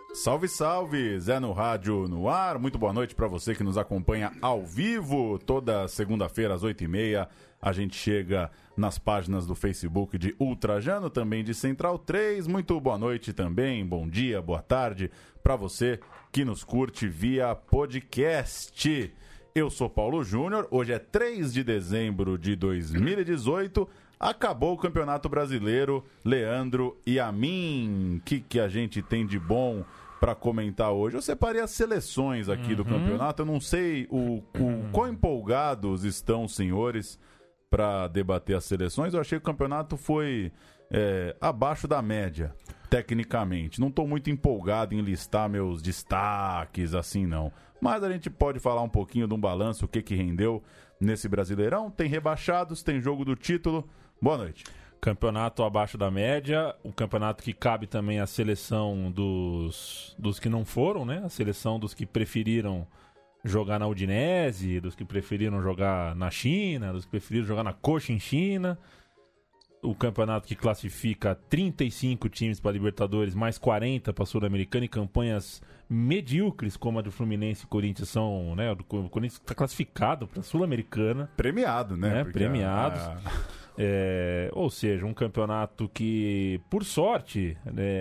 Salve, salve! Zé no Rádio no ar. Muito boa noite para você que nos acompanha ao vivo. Toda segunda-feira às 8h30 a gente chega nas páginas do Facebook de Ultrajano, também de Central 3. Muito boa noite também, bom dia, boa tarde para você que nos curte via podcast. Eu sou Paulo Júnior, hoje é 3 de dezembro de 2018. Acabou o Campeonato Brasileiro, Leandro e a mim. O que a gente tem de bom para comentar hoje? Eu separei as seleções aqui do campeonato. Eu não sei o quão empolgados estão os senhores para debater as seleções. Eu achei que o campeonato foi abaixo da média, tecnicamente. Não estou muito empolgado em listar meus destaques, assim não. Mas a gente pode falar um pouquinho de um balanço, o que rendeu nesse Brasileirão. Tem rebaixados, tem jogo do título. Boa noite. Campeonato abaixo da média, o campeonato que cabe também a seleção dos que não foram, né? A seleção dos que preferiram jogar na Udinese, dos que preferiram jogar na China, dos que preferiram jogar na Cochinchina. O campeonato que classifica 35 times para Libertadores, mais 40 para Sul-Americana, e campanhas medíocres como a do Fluminense e Corinthians são, né? O Corinthians está classificado para Sul-Americana. Premiado, né? Premiados. Ou seja, um campeonato que, por sorte,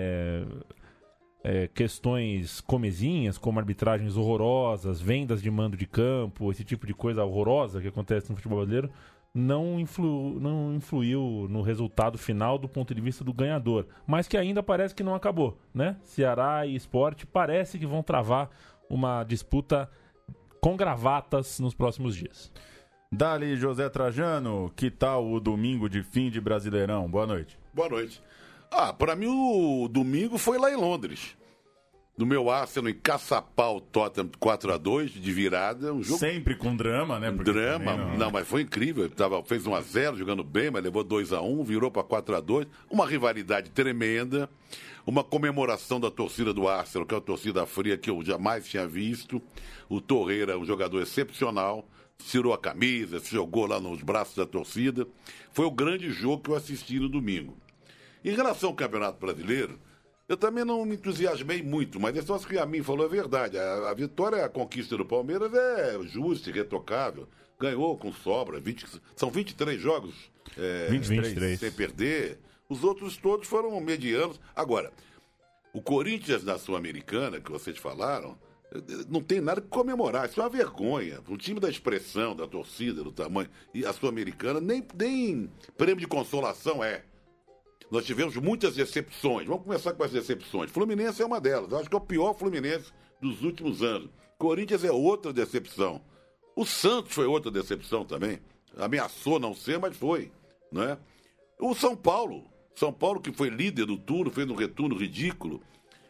questões comezinhas, como arbitragens horrorosas, vendas de mando de campo, esse tipo de coisa horrorosa que acontece no futebol brasileiro, não influiu no resultado final do ponto de vista do ganhador, mas que ainda parece que não acabou, né? Ceará e Sport parece que vão travar uma disputa com gravatas nos próximos dias. Dali, José Trajano, que tal o domingo de fim de Brasileirão? Boa noite. Boa noite. Para mim o domingo foi lá em Londres. No meu Arsenal, em Caçapau, Tottenham 4-2 de virada. Um jogo... Sempre com drama, né? Porque drama, não, mas foi incrível. Ele fez 1-0, jogando bem, mas levou 2-1, virou para 4-2. Uma rivalidade tremenda. Uma comemoração da torcida do Arsenal, que é uma torcida fria que eu jamais tinha visto. O Torreira, um jogador excepcional. Tirou a camisa, se jogou lá nos braços da torcida. Foi o grande jogo que eu assisti no domingo. Em relação ao Campeonato Brasileiro, eu também não me entusiasmei muito, mas esse que a mim falou é verdade. A vitória, a conquista do Palmeiras é justa, irretocável. Ganhou com sobra, são 23 jogos 23. Sem perder. Os outros todos foram medianos. Agora, o Corinthians na Sul-Americana, que vocês falaram, não tem nada que comemorar, isso é uma vergonha. O time da expressão, da torcida, do tamanho, e a Sul-Americana, nem prêmio de consolação é. Nós tivemos muitas decepções. Vamos começar com as decepções. Fluminense é uma delas. Eu acho que é o pior Fluminense dos últimos anos. Corinthians é outra decepção. O Santos foi outra decepção também. Ameaçou não ser, mas foi. Não é? O São Paulo que foi líder do turno, fez um retorno ridículo.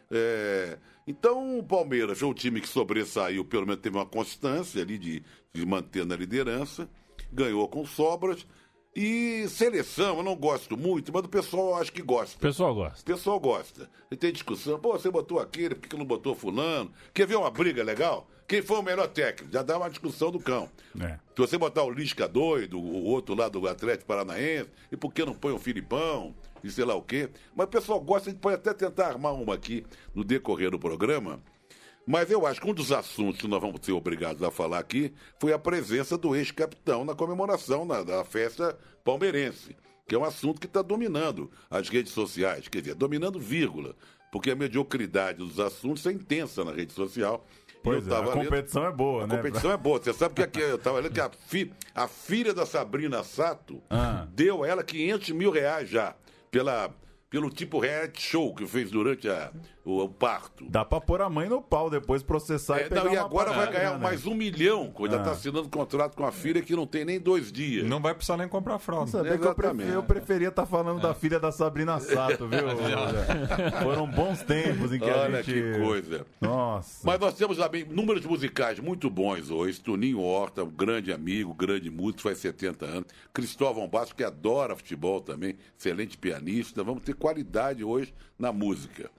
Então o Palmeiras foi um time que sobressaiu, pelo menos teve uma constância ali de manter na liderança, ganhou com sobras. E seleção, eu não gosto muito, mas o pessoal acho que gosta. O pessoal gosta. E tem discussão, você botou aquele, por que não botou fulano? Quer ver uma briga legal? Quem foi o melhor técnico? Já dá uma discussão do cão. Se você botar o Lisca doido, o outro lá do Atlético Paranaense, e por que não põe o Filipão? E sei lá o quê. Mas o pessoal gosta, a gente pode até tentar armar uma aqui no decorrer do programa. Mas eu acho que um dos assuntos que nós vamos ser obrigados a falar aqui foi a presença do ex-capitão na comemoração da festa palmeirense, que é um assunto que está dominando as redes sociais, quer dizer, dominando vírgula, porque a mediocridade dos assuntos é intensa na rede social. Pois a competição é boa, né? A competição é boa. Você sabe que aqui eu estava lendo que a filha da Sabrina Sato deu a ela R$500 mil já pelo tipo reality show que fez durante o parto. Dá pra pôr a mãe no pau depois, processar e pegar e agora parada, vai ganhar mais R$1 milhão, já tá assinando contrato com a filha que não tem nem 2 dias. Não vai precisar nem comprar fralda. Eu preferia estar falando da filha da Sabrina Sato, viu? Foram bons tempos em que Olha que coisa. Nossa. Mas nós temos também números musicais muito bons hoje. Toninho Horta, um grande amigo, grande músico, faz 70 anos. Cristóvão Bastos, que adora futebol também, excelente pianista. Vamos ter qualidade hoje na música.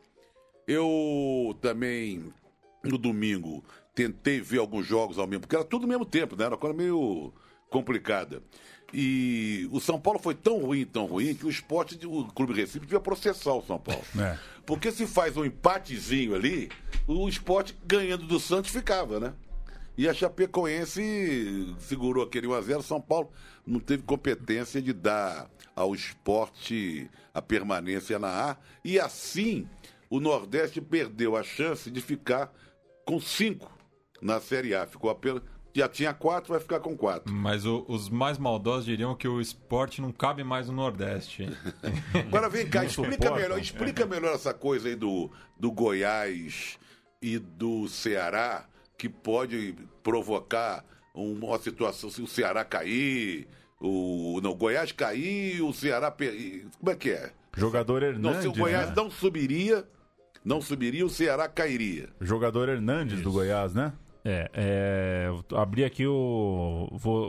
Eu também, no domingo, tentei ver alguns jogos ao mesmo, porque era tudo ao mesmo tempo, né? Era uma coisa meio complicada. E o São Paulo foi tão ruim, que o Sport, o Clube Recife, devia processar o São Paulo. Porque se faz um empatezinho ali, o Sport ganhando do Santos ficava, né? E a Chapecoense segurou aquele 1-0, o São Paulo não teve competência de dar ao Sport a permanência na A, e assim o Nordeste perdeu a chance de ficar com 5 na Série A. Ficou apenas... Já tinha 4, vai ficar com 4. Mas os mais maldosos diriam que o Sport não cabe mais no Nordeste. Agora vem cá, explica melhor essa coisa aí do Goiás e do Ceará, que pode provocar uma situação, se o Ceará cair, o Goiás cair e o Ceará... Como é que é? Jogador Hernandes, não, se o Goiás né? não subiria, o Ceará cairia. Jogador Hernandes do Goiás, né? Abri aqui o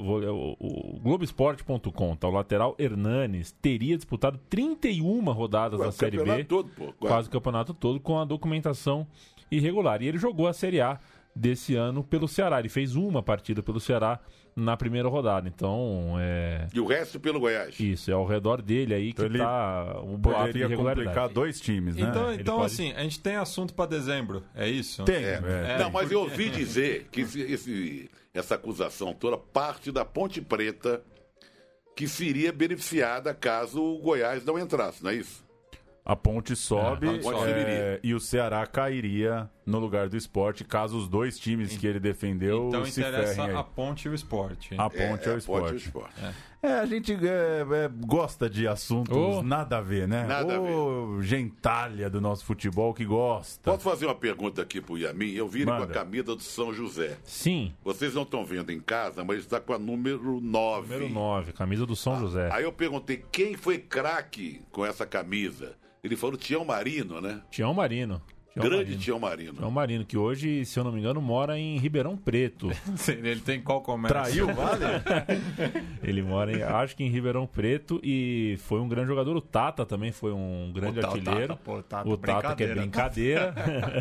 Globoesporte.com, tá? O lateral Hernanes teria disputado 31 rodadas da Série B, quase o campeonato todo, com a documentação irregular. E ele jogou a Série A desse ano pelo Ceará. Ele fez uma partida pelo Ceará na primeira rodada. Então, E o resto pelo Goiás. Isso, é ao redor dele aí que então tá um boato de poderia irregularidade. complicar 2 times, né? Então pode... assim, a gente tem assunto para dezembro, é isso? Tem. Não, mas eu ouvi dizer que essa acusação toda parte da Ponte Preta, que seria beneficiada caso o Goiás não entrasse, não é isso? A Ponte sobe, a Ponte subiria. E o Ceará cairia no lugar do Sport, caso os 2 times que ele defendeu então se interessa ferrem aí. a Ponte e o Sport. A Ponte é o Sport. A gente gosta de assuntos nada a ver, né? Nada a ver. Gentalha do nosso futebol que gosta. Posso fazer uma pergunta aqui pro Yamin? Eu vi ele com a camisa do São José. Sim. Vocês não estão vendo em casa, mas ele está com a número 9. Número 9, camisa do São José. Aí eu perguntei quem foi craque com essa camisa. Ele falou Tião Marino, né? Tião Marino. Tião Marino. Tião Marino, que hoje, se eu não me engano, mora em Ribeirão Preto. Ele tem qual comércio? Traiu, vale? Ele mora, acho que em Ribeirão Preto, e foi um grande jogador. O Tata também foi um grande artilheiro. O Tata, que é brincadeira.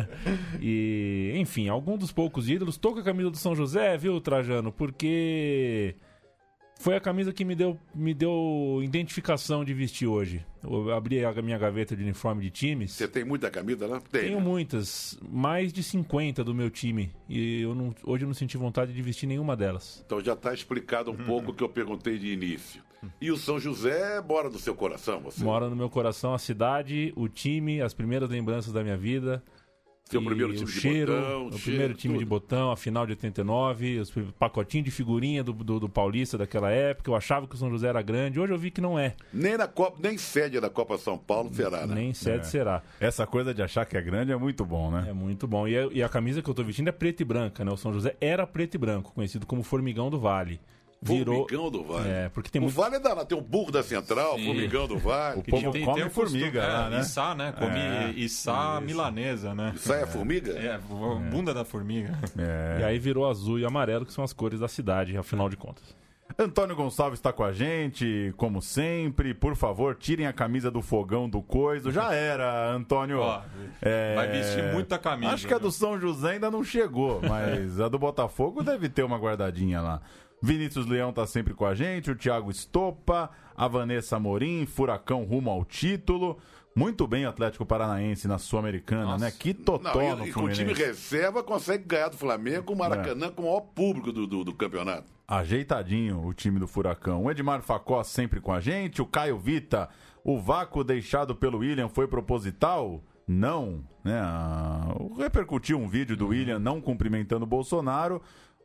E, enfim, algum dos poucos ídolos. Tô com a camisa do São José, viu, Trajano? Porque... foi a camisa que me deu identificação de vestir hoje. Eu abri a minha gaveta de uniforme de times. Você tem muita camisa lá? Tenho muitas. Mais de 50 do meu time. E hoje eu não senti vontade de vestir nenhuma delas. Então já está explicado um pouco o que eu perguntei de início. E o São José mora no seu coração, você? Mora no meu coração a cidade, o time, as primeiras lembranças da minha vida. Seu primeiro time de botão. O primeiro time de botão, a final de 89, os pacotinhos de figurinha do Paulista daquela época. Eu achava que o São José era grande. Hoje eu vi que não é. Nem na Copa, nem sede da Copa São Paulo será, né? Nem sede será. Essa coisa de achar que é grande é muito bom, né? É muito bom. E a camisa que eu tô vestindo é preta e branca, né? O São José era preto e branco, conhecido como Formigão do Vale. Formigão do Vale. Porque tem muito... Vale é danado. Tem o Burro da Central, Sim. Formigão do Vale. O povo come formiga lá, né? Içá, né? Come içá milanesa, né? Içá é formiga? Bunda da formiga. E aí virou azul e amarelo, que são as cores da cidade, afinal de contas. Antônio Gonçalves está com a gente, como sempre. Por favor, tirem a camisa do fogão do coiso. Já era, Antônio. Vai vestir muita camisa. Acho que a do São José ainda não chegou, mas a do Botafogo deve ter uma guardadinha lá. Vinícius Leão tá sempre com a gente, o Thiago Estopa, a Vanessa Morim, Furacão rumo ao título. Muito bem o Atlético Paranaense na Sul-Americana, né? Que totó no Fluminense. Com o time reserva consegue ganhar do Flamengo, o Maracanã com o maior público do campeonato. Ajeitadinho o time do Furacão. O Edmar Facó sempre com a gente, o Caio Vita, o vácuo deixado pelo William foi proposital? Não, né? Repercutiu um vídeo do William não cumprimentando o Bolsonaro.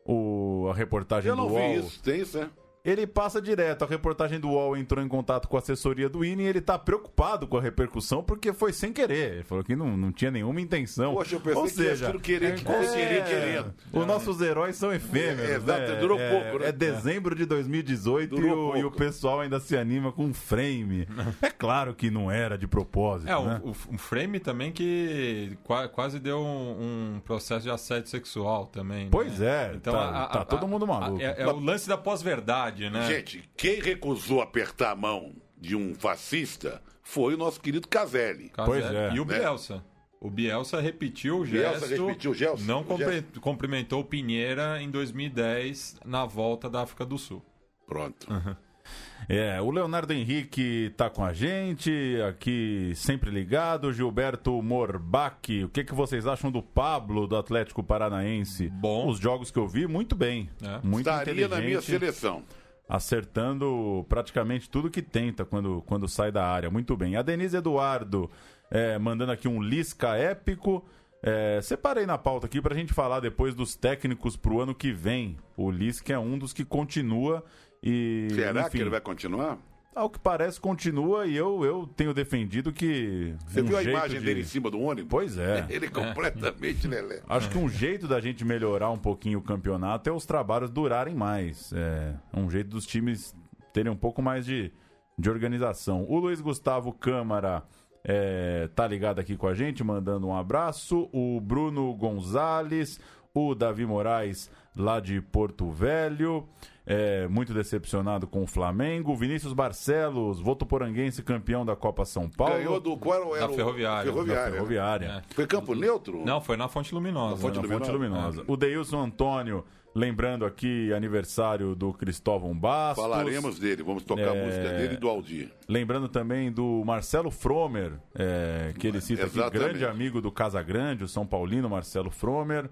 A reportagem do UOL... Eu não vi isso, tem isso, né? Ele passa direto. A reportagem do UOL entrou em contato com a assessoria do INE e ele está preocupado com a repercussão porque foi sem querer. Ele falou que não tinha nenhuma intenção. Poxa, eu pensei querendo. Os nossos heróis são efêmeros. Exato, né? durou pouco, né? É dezembro de 2018 e o pessoal ainda se anima com um frame. É claro que não era de propósito. Né? Um frame também que quase deu um processo de assédio sexual também. Né? Pois é, então, tá todo mundo maluco. É o lance da pós-verdade. Né? Gente, quem recusou apertar a mão de um fascista foi o nosso querido Caselli. Pois é. E o Bielsa. O Bielsa repetiu o gesto. Não cumprimentou o Pinheira em 2010 na volta da África do Sul. Pronto. O Leonardo Henrique tá com a gente, aqui sempre ligado. Gilberto Morbach, o que vocês acham do Pablo, do Atlético Paranaense? Bom. Os jogos que eu vi, muito bem. Muito Estaria inteligente, na minha seleção. acertando praticamente tudo que tenta quando sai da área. Muito bem. A Denise Eduardo mandando aqui um Lisca épico. Separei na pauta aqui pra gente falar depois dos técnicos pro ano que vem. O Lisca é um dos que continua e... Será enfim, que ele vai continuar? ao que parece continua e eu tenho defendido que... Você viu a imagem dele em cima do ônibus? Pois é. Ele é completamente lelé. Acho que um jeito da gente melhorar um pouquinho o campeonato é os trabalhos durarem mais. Um jeito dos times terem um pouco mais de organização. O Luiz Gustavo Câmara tá ligado aqui com a gente, mandando um abraço. O Bruno Gonzalez, o Davi Moraes, lá de Porto Velho, muito decepcionado com o Flamengo. Vinícius Barcelos, votuporanguense, campeão da Copa São Paulo. Ganhou do qual era Da Ferroviária. Da Ferroviária. Né? Foi Campo Neutro? Não, foi na Fonte Luminosa. Na Fonte Luminosa. O Deilson Antônio, lembrando aqui, aniversário do Cristóvão Bastos. Falaremos dele, vamos tocar a música dele e do Aldir. Lembrando também do Marcelo Fromer, que ele cita aqui, Exatamente. grande amigo do Casagrande, o São Paulino Marcelo Fromer.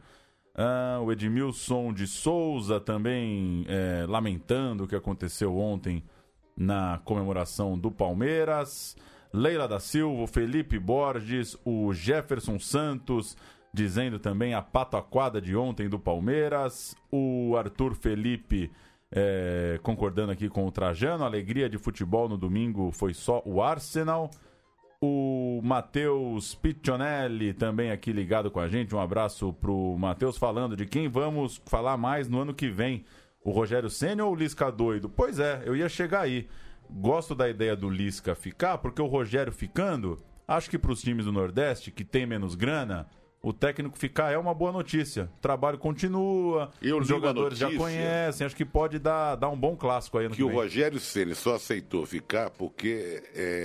O Edmilson de Souza também lamentando o que aconteceu ontem na comemoração do Palmeiras. Leila da Silva, o Felipe Borges, o Jefferson Santos dizendo também a pataquada de ontem do Palmeiras. O Arthur Felipe concordando aqui com o Trajano. Alegria de futebol no domingo foi só o Arsenal. O Matheus Piccionelli também aqui ligado com a gente. Um abraço pro Matheus, falando de quem vamos falar mais no ano que vem. O Rogério Ceni ou o Lisca doido? Pois é, eu ia chegar aí. Gosto da ideia do Lisca ficar, porque o Rogério ficando, acho que pros times do Nordeste, que tem menos grana, o técnico ficar é uma boa notícia. O trabalho continua, os jogadores já conhecem, acho que pode dar um bom clássico aí ano que vem. O Rogério Ceni só aceitou ficar porque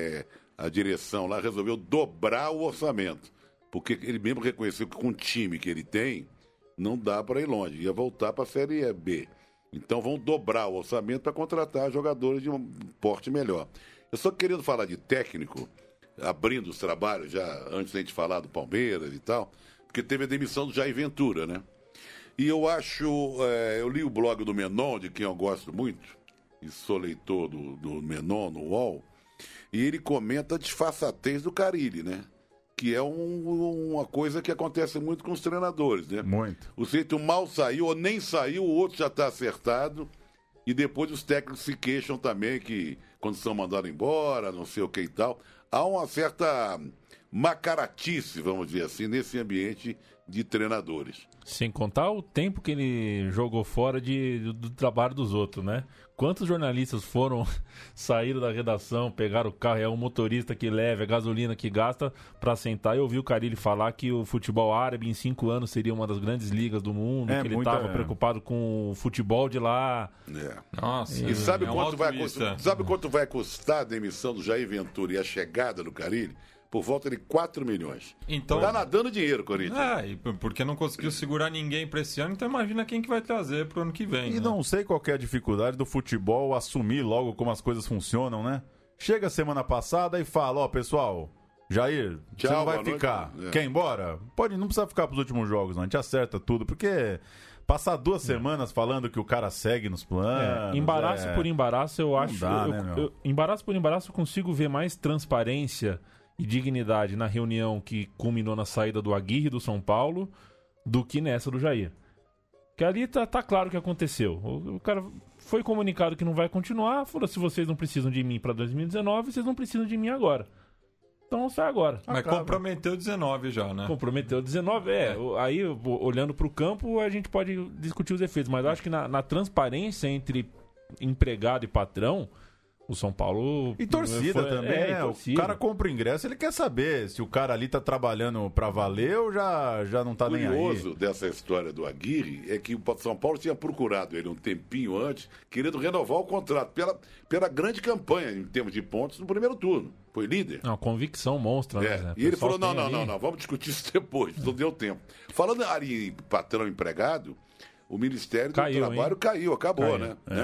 a direção lá resolveu dobrar o orçamento. Porque ele mesmo reconheceu que com o time que ele tem, não dá para ir longe. Ia voltar para a Série B. Então vão dobrar o orçamento para contratar jogadores de um porte melhor. Eu só querendo falar de técnico, abrindo os trabalhos já antes da gente falar do Palmeiras e tal, porque teve a demissão do Jair Ventura, né? E eu acho... eu li o blog do Menon, de quem eu gosto muito, e sou leitor do Menon no UOL, e ele comenta a disfarçatez do Carille, né? Que é uma coisa que acontece muito com os treinadores, né? Muito. O jeito mal saiu ou nem saiu, o outro já está acertado. E depois os técnicos se queixam também que quando são mandados embora, não sei o que e tal. Há uma certa macaratice, vamos dizer assim, nesse ambiente de treinadores. Sem contar o tempo que ele jogou fora do trabalho dos outros, né? Quantos jornalistas saíram da redação, pegaram o carro, é o motorista que leva, a gasolina que gasta pra sentar e ouvir o Carille falar que o futebol árabe em 5 anos seria uma das grandes ligas do mundo, que ele estava preocupado com o futebol de lá. Nossa. E sabe quanto vai altruísta. custar a demissão do Jair Ventura e a chegada do Carille? Por volta de 4 milhões. Então, tá nadando dinheiro, Corinthians. e porque não conseguiu segurar ninguém para esse ano, então imagina quem que vai trazer pro ano que vem. E não sei qual que é a dificuldade do futebol assumir logo como as coisas funcionam, né? Chega semana passada e fala, pessoal, Jair, você não vai ficar. Quer ir embora? Não precisa ficar pros últimos jogos, não. A gente acerta tudo, porque... Passar 2 semanas falando que o cara segue nos planos... Embaraço por embaraço, eu acho... Embaraço por embaraço, eu consigo ver mais transparência e dignidade na reunião que culminou na saída do Aguirre do São Paulo do que nessa do Jair. Que ali tá claro o que aconteceu. O cara foi comunicado que não vai continuar, falou, se vocês não precisam de mim para 2019, vocês não precisam de mim agora. Então sai agora. Mas comprometeu 19 já, né? Comprometeu 19, Aí, olhando pro campo, a gente pode discutir os efeitos. Mas eu acho que na transparência entre empregado e patrão, o São Paulo... E torcida também, né? Torcida. O cara compra o ingresso, ele quer saber se o cara ali tá trabalhando pra valer ou já não tá nem aí. O curioso dessa história do Aguirre é que o São Paulo tinha procurado ele um tempinho antes, querendo renovar o contrato pela grande campanha em termos de pontos no primeiro turno. Foi líder. Uma convicção monstra, né? E ele falou, não, vamos discutir isso depois, não deu tempo. Falando ali em patrão empregado, o Ministério do Trabalho caiu, acabou, né?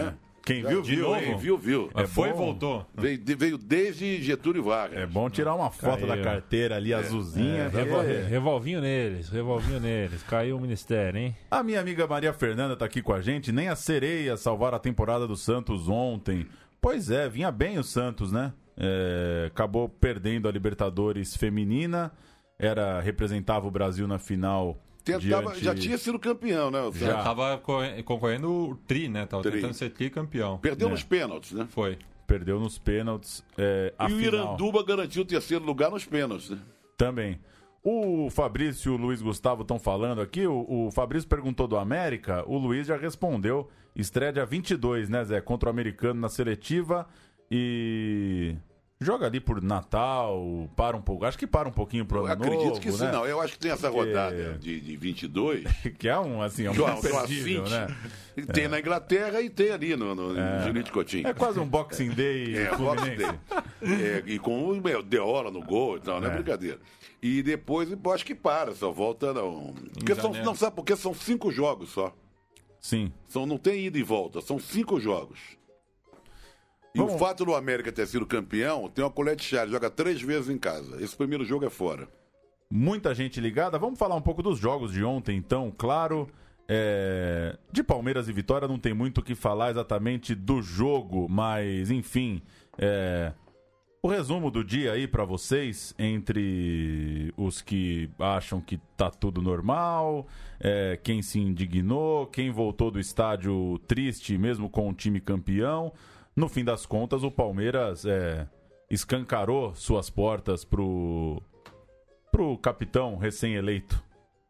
Quem viu, viu. Quem viu. Foi e bom. voltou. Veio desde Getúlio Vargas. É bom tirar uma foto da carteira ali, azulzinha. Revolvinho neles. Caiu o ministério, hein? A minha amiga Maria Fernanda tá aqui com a gente. Nem as sereias salvaram a temporada do Santos ontem. Pois é, vinha bem o Santos, né? Acabou perdendo a Libertadores feminina. Representava o Brasil na final. Já tinha sido campeão, né? Já estava concorrendo o tri, né? Tava tentando ser tricampeão. Perdeu nos pênaltis, né? Foi. Perdeu nos pênaltis. E o Iranduba garantiu o terceiro lugar nos pênaltis, né? Também. O Fabrício e o Luiz Gustavo estão falando aqui. O Fabrício perguntou do América. O Luiz já respondeu. Estreia dia 22, né, Zé? Contra o Americano na seletiva. E... joga ali por Natal, para um pouco. Acho que para um pouquinho pro ano novo. Acredito que sim, né? não. Eu acho que tem essa rodada de 22. Que é um imperdível, né? Tem na Inglaterra e tem ali no Ginete Coutinho. É quase um Boxing Day Fluminense. E com o Deola no gol e tal, não é brincadeira. E depois, eu acho que só volta não. Não sabe por quê? São 5 jogos só. Sim. Não tem ida e volta, são 5 jogos. E o fato do América ter sido campeão, tem uma colete de chá, joga 3 vezes em casa. Esse primeiro jogo é fora. Muita gente ligada. Vamos falar um pouco dos jogos de ontem, então. Claro, de Palmeiras e Vitória não tem muito o que falar exatamente do jogo, mas, enfim, o resumo do dia aí pra vocês, entre os que acham que tá tudo normal, quem se indignou, quem voltou do estádio triste mesmo com o time campeão. No fim das contas, o Palmeiras escancarou suas portas pro capitão recém-eleito.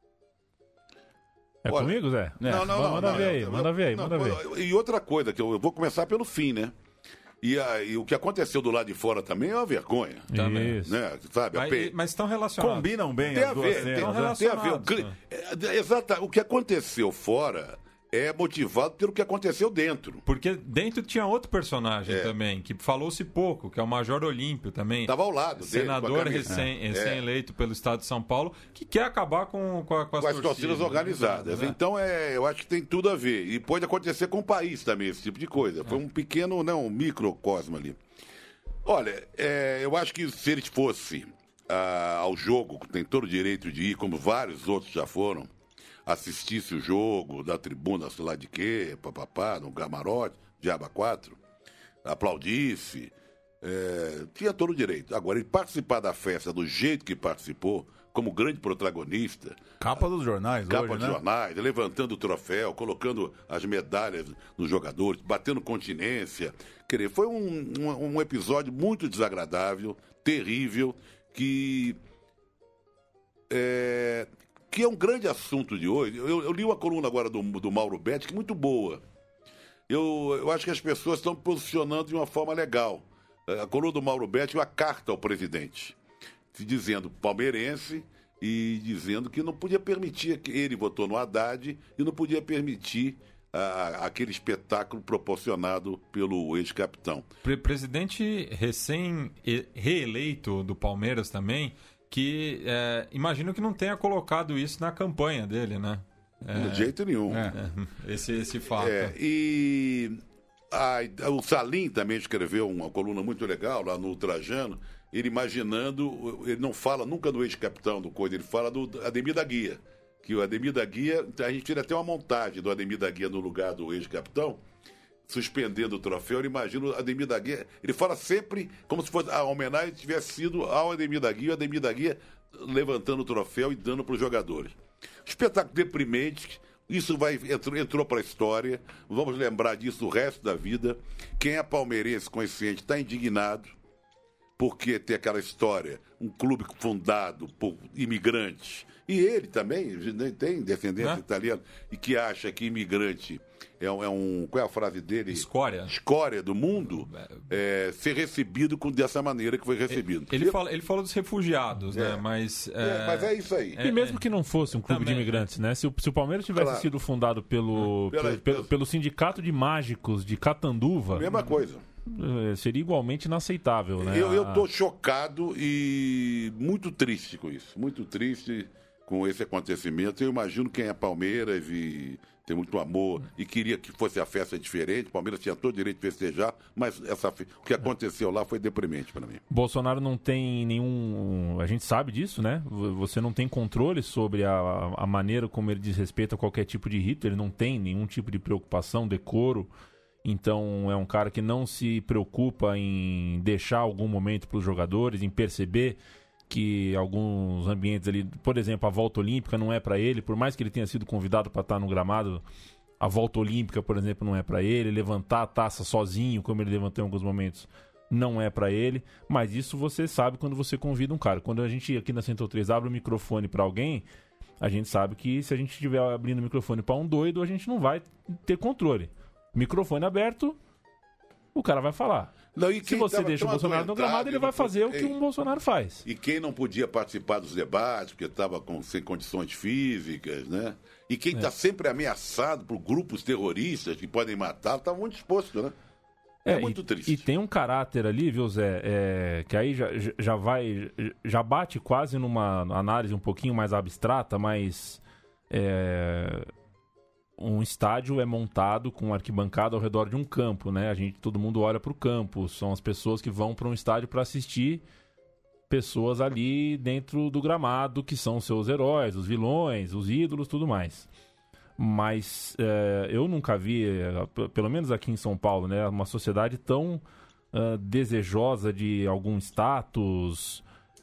Olha, comigo, Zé? Não. Manda ver aí. E outra coisa, que eu vou começar pelo fim, né? E o que aconteceu do lado de fora também é uma vergonha. Também. Né? Sabe? Mas estão relacionados. Combinam bem Tem as duas cenas. Tem a ver. Exato. O que aconteceu fora é motivado pelo que aconteceu dentro. Porque dentro tinha outro personagem também, que falou-se pouco, que é o Major Olímpio também. Estava ao lado dele. Senador recém-eleito pelo Estado de São Paulo, que quer acabar com as torcidas organizadas. Né? Então, eu acho que tem tudo a ver. E pode acontecer com o país também, esse tipo de coisa. Foi um pequeno, um microcosmo ali. Olha, eu acho que se ele fosse ao jogo, tem todo o direito de ir, como vários outros já foram, assistisse o jogo da tribuna, sei lá de quê, papapá, no camarote, Diaba 4, aplaudisse, tinha todo o direito. Agora, ele participar da festa do jeito que participou, como grande protagonista... Capa dos jornais jornais, levantando o troféu, colocando as medalhas nos jogadores, batendo continência. Foi um episódio muito desagradável, terrível, que é um grande assunto de hoje. Eu li uma coluna agora do Mauro Betti, que é muito boa. Eu acho que as pessoas estão posicionando de uma forma legal. A coluna do Mauro Betti é uma carta ao presidente, dizendo palmeirense e dizendo que não podia permitir, que ele votou no Haddad e não podia permitir aquele espetáculo proporcionado pelo ex-capitão. Presidente recém-reeleito do Palmeiras também, que imagino que não tenha colocado isso na campanha dele, né? De jeito nenhum. Esse fato. O Salim também escreveu uma coluna muito legal lá no Ultrajano, ele imaginando, ele não fala nunca do ex-capitão do coisa, ele fala do Ademir da Guia, que o Ademir da Guia, a gente tira até uma montagem do Ademir da Guia no lugar do ex-capitão, suspendendo o troféu. Eu imagino o Ademir da Guia, ele fala sempre como se fosse a homenagem tivesse sido ao Ademir da Guia, o Ademir da Guia levantando o troféu e dando para os jogadores. Espetáculo deprimente, isso entrou para a história, vamos lembrar disso o resto da vida. Quem é palmeirense consciente está indignado, porque tem aquela história, um clube fundado por imigrantes, e ele também tem descendência italiana, e que acha que imigrante qual é a frase dele? Escória do mundo, ser recebido dessa maneira que foi recebido. Ele falou dos refugiados, né? Mas é isso aí. E mesmo que não fosse um clube de imigrantes, né? Se o Palmeiras tivesse sido fundado pelo Sindicato de Mágicos de Catanduva... Mesma coisa. Seria igualmente inaceitável, né? Eu tô chocado e muito triste com isso. Muito triste. com esse acontecimento. Eu imagino quem é Palmeiras e tem muito amor e queria que fosse a festa diferente. Palmeiras tinha todo o direito de festejar, mas o que aconteceu lá foi deprimente para mim. Bolsonaro não tem nenhum... A gente sabe disso, né? Você não tem controle sobre a maneira como ele desrespeita qualquer tipo de rito. Ele não tem nenhum tipo de preocupação, decoro. Então é um cara que não se preocupa em deixar algum momento para os jogadores, em perceber que alguns ambientes ali, por exemplo, a volta olímpica não é para ele, por mais que ele tenha sido convidado para estar no gramado, a volta olímpica, por exemplo, não é para ele, levantar a taça sozinho, como ele levantou em alguns momentos, não é para ele, mas isso você sabe quando você convida um cara. Quando a gente aqui na Central 3 abre o microfone para alguém, a gente sabe que se a gente estiver abrindo o microfone para um doido, a gente não vai ter controle. Microfone aberto, o cara vai falar. Não, se você deixa o Bolsonaro no gramado, ele vai fazer o que um Bolsonaro faz. E quem não podia participar dos debates, porque estava sem condições físicas, né? E quem está sempre ameaçado por grupos terroristas que podem matar, está muito exposto, né? É muito triste. E tem um caráter ali, viu, Zé, que aí já bate quase numa análise um pouquinho mais abstrata, mas um estádio é montado com arquibancada ao redor de um campo, né? Todo mundo olha para o campo, são as pessoas que vão para um estádio para assistir pessoas ali dentro do gramado, que são os seus heróis, os vilões, os ídolos, tudo mais. Mas eu nunca vi, pelo menos aqui em São Paulo, né, uma sociedade tão desejosa de algum status.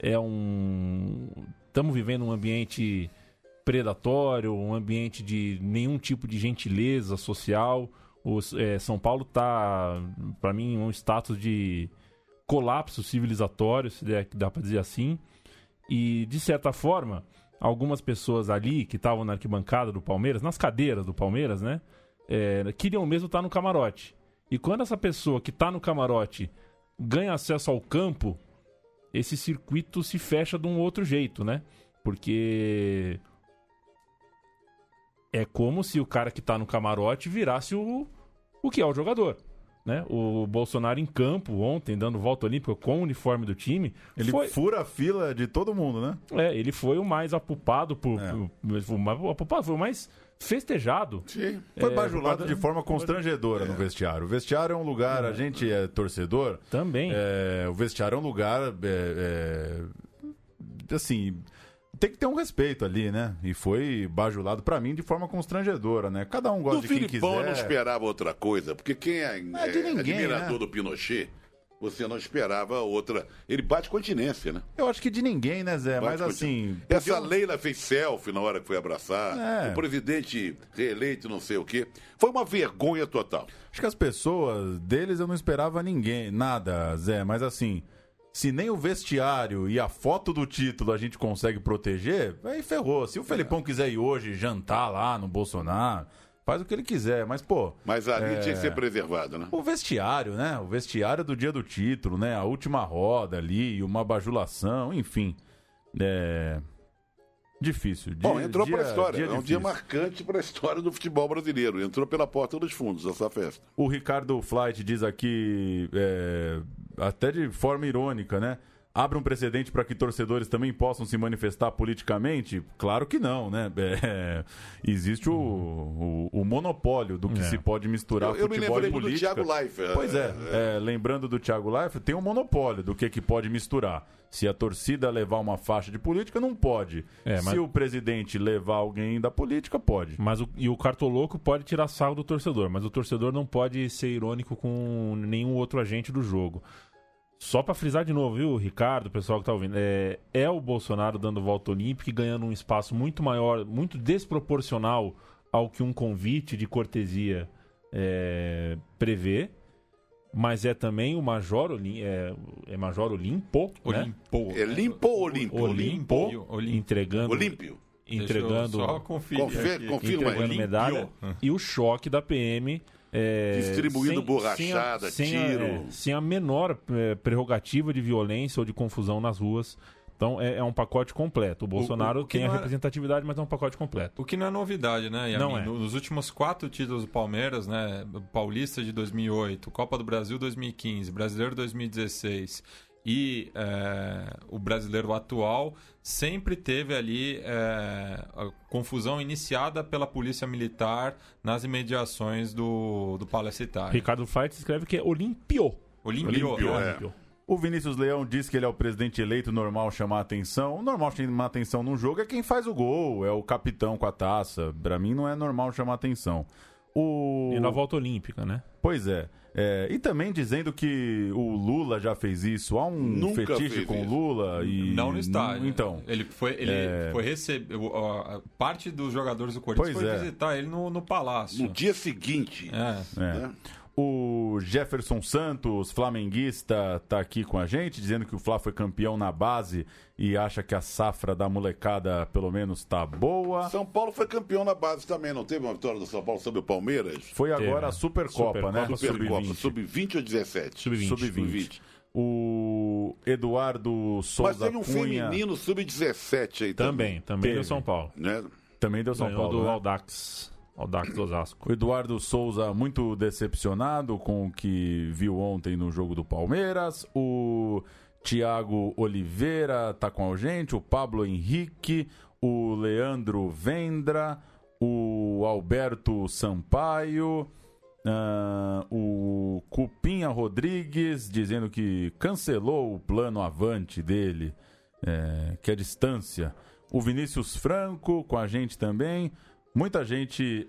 Estamos vivendo um ambiente predatório, um ambiente de nenhum tipo de gentileza social. São Paulo está, para mim, um status de colapso civilizatório, se dá para dizer assim. E, de certa forma, algumas pessoas ali que estavam na arquibancada do Palmeiras, nas cadeiras do Palmeiras, né, queriam mesmo estar no camarote. E quando essa pessoa que está no camarote ganha acesso ao campo, esse circuito se fecha de um outro jeito, né? Porque é como se o cara que está no camarote virasse o que é o jogador. Né? O Bolsonaro em campo ontem, dando volta olímpica com o uniforme do time. Ele fura a fila de todo mundo, né? Ele foi o mais apupado, foi o mais festejado. Sim. Foi bajulado de forma constrangedora no vestiário. O vestiário é um lugar, a gente é torcedor. Também. O vestiário é um lugar, assim, tem que ter um respeito ali, né? E foi bajulado pra mim de forma constrangedora, né? Cada um gosta de quem quiser. Do Filipão eu não esperava outra coisa, porque quem é admirador, né, do Pinochet, você não esperava outra. Ele bate continência, né? Eu acho que de ninguém, né, Zé? Mas assim... Essa Leila fez selfie na hora que foi abraçar. O presidente reeleito, não sei o quê. Foi uma vergonha total. Acho que as pessoas deles eu não esperava ninguém, nada, Zé. Mas assim... Se nem o vestiário e a foto do título a gente consegue proteger, aí ferrou. Se o Felipão quiser ir hoje jantar lá no Bolsonaro, faz o que ele quiser, mas pô... Mas ali tinha que ser preservado, né? O vestiário, né? O vestiário do dia do título, né? A última roda ali, uma bajulação, enfim. Difícil. Bom, entrou para a história. É um dia marcante para a história do futebol brasileiro. Entrou pela porta dos fundos essa festa. O Ricardo Flight diz aqui, até de forma irônica, né? Abre um precedente para que torcedores também possam se manifestar politicamente? Claro que não, né? Existe o monopólio do que se pode misturar futebol e política. Eu me lembrei do Thiago Leifert. Pois lembrando do Thiago Leifert, tem um monopólio do que pode misturar. Se a torcida levar uma faixa de política, não pode. Se o presidente levar alguém da política, pode. E o cartoloco pode tirar sarro do torcedor, mas o torcedor não pode ser irônico com nenhum outro agente do jogo. Só para frisar de novo, viu, Ricardo, o pessoal que tá ouvindo, é o Bolsonaro dando volta olímpica e ganhando um espaço muito maior, muito desproporcional ao que um convite de cortesia prevê, mas é também o Major Major Olimpo, né? É limpo ou Olímpio? Olimpo, entregando... Olímpio. Entregando... Só confirma entregando medalha. E o choque da PM... distribuindo borrachada, tiro. Sem a menor prerrogativa de violência ou de confusão nas ruas. Então é um pacote completo. O Bolsonaro tem a representatividade, mas é um pacote completo. O que não é novidade, né, Yamin? Não é. Nos últimos 4 títulos do Palmeiras, né, Paulista de 2008, Copa do Brasil 2015, Brasileiro 2016 e o brasileiro atual sempre teve ali a confusão iniciada pela polícia militar nas imediações do Palestra Itália. Ricardo Feitz escreve que é Olímpio. Olímpio. O Vinícius Leão diz que ele é o presidente eleito, normal chamar atenção. O normal chamar atenção num jogo é quem faz o gol, é o capitão com a taça. Pra mim não é normal chamar atenção. E na volta olímpica, né? Pois é. E também dizendo que o Lula já fez isso. Há Nunca fetiche com o Lula e... Não no estádio. Então. Ele foi receber... Parte dos jogadores do Corinthians foi visitar ele no Palácio. No dia seguinte. Né? O Jefferson Santos, flamenguista, tá aqui com a gente, dizendo que o Fla foi campeão na base e acha que a safra da molecada, pelo menos, tá boa. São Paulo foi campeão na base também, não teve uma vitória do São Paulo sobre o Palmeiras? Foi agora a Supercopa, né? Supercopa, sub-20 ou 17? Sub-20. O Eduardo Souza Mas teve um feminino sub-17 aí também. Também deu São Paulo. Né? Também deu São Ganhou Paulo, do né? Audax do Osasco. O Eduardo Souza muito decepcionado com o que viu ontem no jogo do Palmeiras. O Thiago Oliveira tá com a gente. O Pablo Henrique. O Leandro Vendra. O Alberto Sampaio. O Cupinha Rodrigues dizendo que cancelou o plano Avante dele, que é distância. O Vinícius Franco com a gente também. Muita gente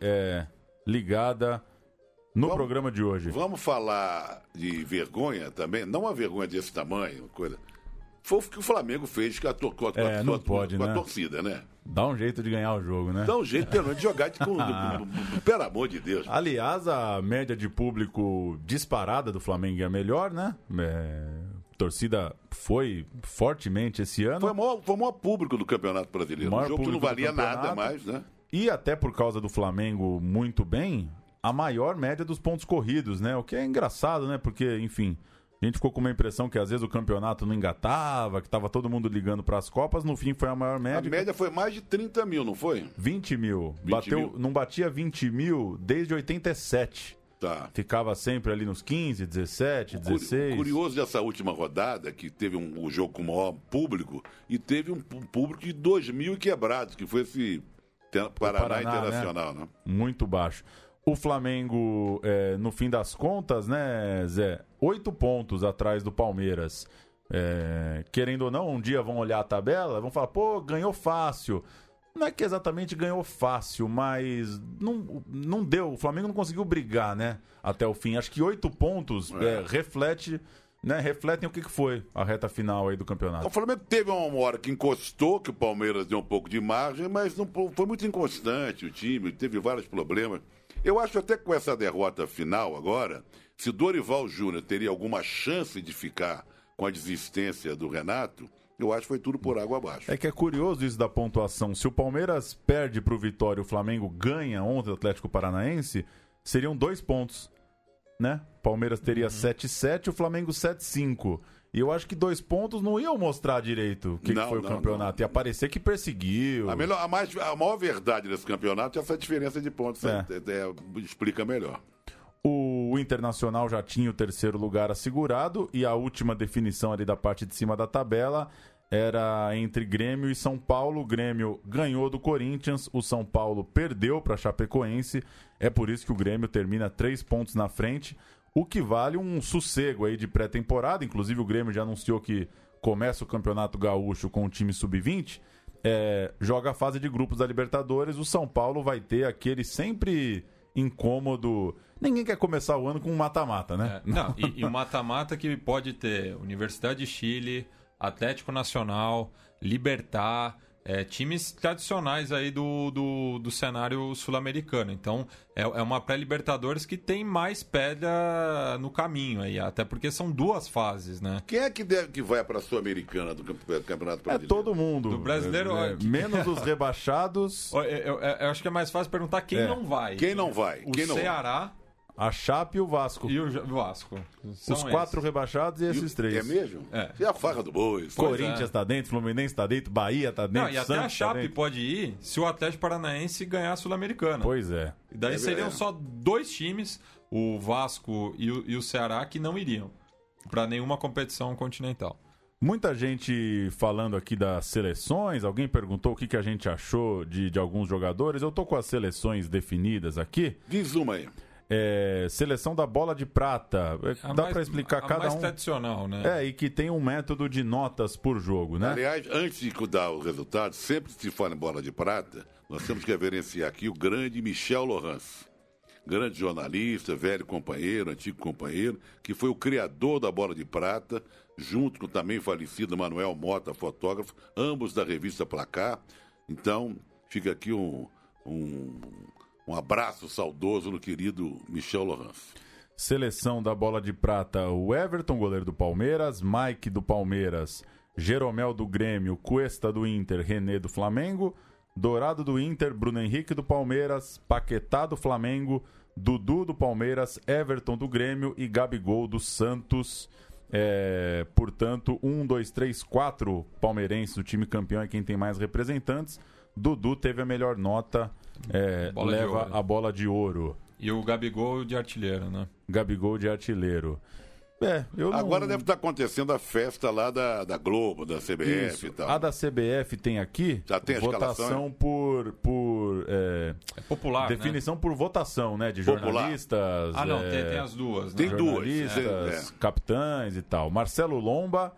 ligada no programa de hoje. Vamos falar de vergonha também? Não uma vergonha desse tamanho, coisa. Foi o que o Flamengo fez com a torcida, né? Dá um jeito de ganhar o jogo, né? Dá um jeito, pelo menos, de jogar pelo amor de Deus. Aliás, a média de público disparada do Flamengo é a melhor, né? Torcida foi fortemente esse ano. Foi o maior público do Campeonato Brasileiro. Um jogo que não valia nada mais, né? E até por causa do Flamengo muito bem, a maior média dos pontos corridos, né? O que é engraçado, né? Porque, enfim, a gente ficou com uma impressão que às vezes o campeonato não engatava, que tava todo mundo ligando para as Copas. No fim foi a maior média. A média foi mais de 30 mil, não foi? 20 mil. Não batia 20 mil desde 87. Tá. Ficava sempre ali nos 15, 17, 16. Curioso dessa última rodada, que teve o jogo com o maior público, e teve um público de 2 mil e quebrados, que foi esse Paraná Internacional, né? Muito baixo. O Flamengo, no fim das contas, né, Zé? 8 pontos atrás do Palmeiras. Querendo ou não, um dia vão olhar a tabela, vão falar, pô, ganhou fácil. Não é que exatamente ganhou fácil, mas não deu. O Flamengo não conseguiu brigar, né? Até o fim. Acho que 8 pontos refletem o que foi a reta final aí do campeonato. O Flamengo teve uma hora que encostou, que o Palmeiras deu um pouco de margem, mas não foi muito inconstante o time, teve vários problemas. Eu acho até que com essa derrota final agora, se Dorival Júnior teria alguma chance de ficar com a desistência do Renato, eu acho que foi tudo por água abaixo. É que é curioso isso da pontuação. Se o Palmeiras perde pro Vitória e o Flamengo ganha ontem o Atlético Paranaense, seriam 2 pontos, né? O Palmeiras teria 7-7 e o Flamengo 7-5. E eu acho que 2 pontos não iam mostrar direito o que foi o campeonato. Ia parecer que perseguiu. A maior verdade desse campeonato é essa diferença de pontos. Explica melhor. O Internacional já tinha o 3º lugar assegurado e a última definição ali da parte de cima da tabela era entre Grêmio e São Paulo. O Grêmio ganhou do Corinthians, o São Paulo perdeu para a Chapecoense. É por isso que o Grêmio termina 3 pontos na frente, o que vale um sossego aí de pré-temporada. Inclusive o Grêmio já anunciou que começa o Campeonato Gaúcho com o time sub-20. Joga a fase de grupos da Libertadores. O São Paulo vai ter aquele sempre incômodo. Ninguém quer começar o ano com um mata-mata, né? E um mata-mata que pode ter Universidade de Chile, Atlético Nacional, Libertad, times tradicionais aí do cenário sul-americano. Então, é uma pré-Libertadores que tem mais pedra no caminho aí, até porque são 2 fases, né? Quem é que vai para a Sul-Americana do Campeonato Brasileiro? É todo mundo. Do brasileiro... menos os rebaixados. Eu acho que é mais fácil perguntar quem não vai. Quem não vai? O Ceará... A Chape e o Vasco. E o Vasco. Os 4 rebaixados e esses 3. É mesmo? É a farra do boi. Corinthians tá dentro, Fluminense tá dentro, Bahia tá dentro, e até a Chape pode ir se o Atlético Paranaense ganhar a Sul-Americana. Pois é. E daí seriam só 2 times, o Vasco e o Ceará, que não iriam. para nenhuma competição continental. Muita gente falando aqui das seleções. Alguém perguntou o que a gente achou de alguns jogadores. Eu tô com as seleções definidas aqui. Diz uma aí. Seleção da bola de prata. Dá para explicar cada mais um. Tradicional, né? E que tem um método de notas por jogo, né? Aliás, antes de dar o resultado, sempre que se fala em bola de prata, nós temos que reverenciar aqui o grande Michel Laurence. Grande jornalista, velho companheiro, antigo companheiro, que foi o criador da bola de prata, junto com o também falecido Manuel Mota, fotógrafo, ambos da revista Placar. Então, fica aqui um abraço saudoso no querido Michel Laurence. Seleção da bola de prata, o Everton, goleiro do Palmeiras, Mike do Palmeiras, Jeromel do Grêmio, Cuesta do Inter, René do Flamengo, Dourado do Inter, Bruno Henrique do Palmeiras, Paquetá do Flamengo, Dudu do Palmeiras, Everton do Grêmio e Gabigol do Santos. Portanto, 1, 2, 3, 4 palmeirenses, o time campeão é quem tem mais representantes. Dudu teve a melhor nota, leva a bola de ouro. E o Gabigol de artilheiro, né? Gabigol de artilheiro. Agora deve estar acontecendo a festa lá da Globo, da CBF. Isso. E tal. A da CBF tem aqui. Já tem a votação por popular, definição, né? Por votação, né? De Popular. jornalistas. Não, tem as duas. Né? Tem jornalistas, capitães e tal. Marcelo Lomba,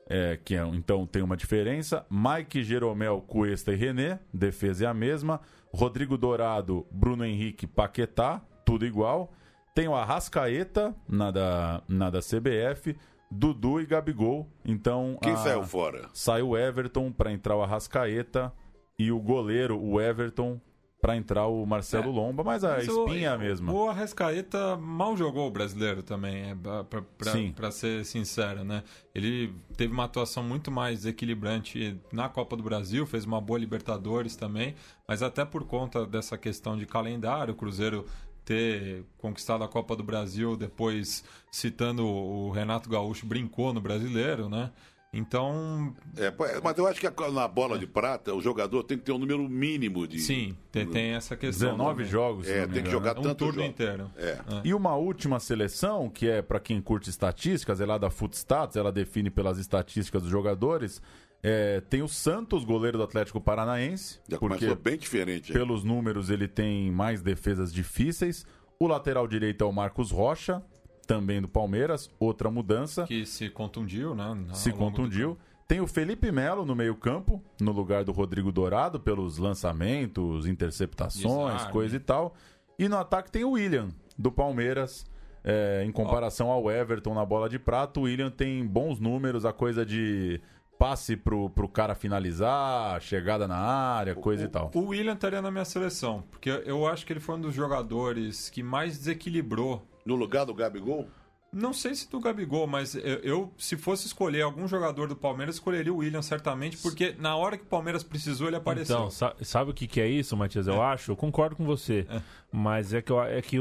então tem uma diferença. Mike, Jeromel, Cuesta e René, defesa é a mesma. Rodrigo Dourado, Bruno Henrique, Paquetá, tudo igual. Tem o Arrascaeta na da CBF, Dudu e Gabigol. Então, quem saiu fora? Saiu o Everton para entrar o Arrascaeta e o goleiro, o Everton, para entrar o Marcelo Lomba. Mas a espinha é a mesma. O Arrascaeta mal jogou o brasileiro também, Sim. para ser sincero, né? Ele teve uma atuação muito mais equilibrante na Copa do Brasil, fez uma boa Libertadores também, mas até por conta dessa questão de calendário, o Cruzeiro ter conquistado a Copa do Brasil, depois, citando o Renato Gaúcho, brincou no brasileiro, né? Então... mas eu acho que na bola de prata, o jogador tem que ter um número mínimo de... Sim, tem essa questão. 19 também. jogos. Tem que jogar um tanto turno inteiro. E uma última seleção, que é para quem curte estatísticas, é lá da Footstats, ela define pelas estatísticas dos jogadores. Tem o Santos, goleiro do Atlético Paranaense. Já porque começou bem diferente. Pelos números ele tem mais defesas difíceis. O lateral direito é o Marcos Rocha, também do Palmeiras, outra mudança. Que se contundiu, né? Se contundiu. Tem o Felipe Melo no meio-campo, no lugar do Rodrigo Dourado, pelos lançamentos, interceptações, coisa e tal. E no ataque tem o William, do Palmeiras. Em comparação ao Everton na bola de prata, o William tem bons números, a coisa de passe pro cara finalizar, chegada na área, coisa e tal. O William estaria na minha seleção, porque eu acho que ele foi um dos jogadores que mais desequilibrou. No lugar do Gabigol? Não sei se do Gabigol, mas eu se fosse escolher algum jogador do Palmeiras, escolheria o William certamente, porque na hora que o Palmeiras precisou, ele apareceu. Então, sabe o que é isso, Matias? Eu acho, eu concordo com você, mas é que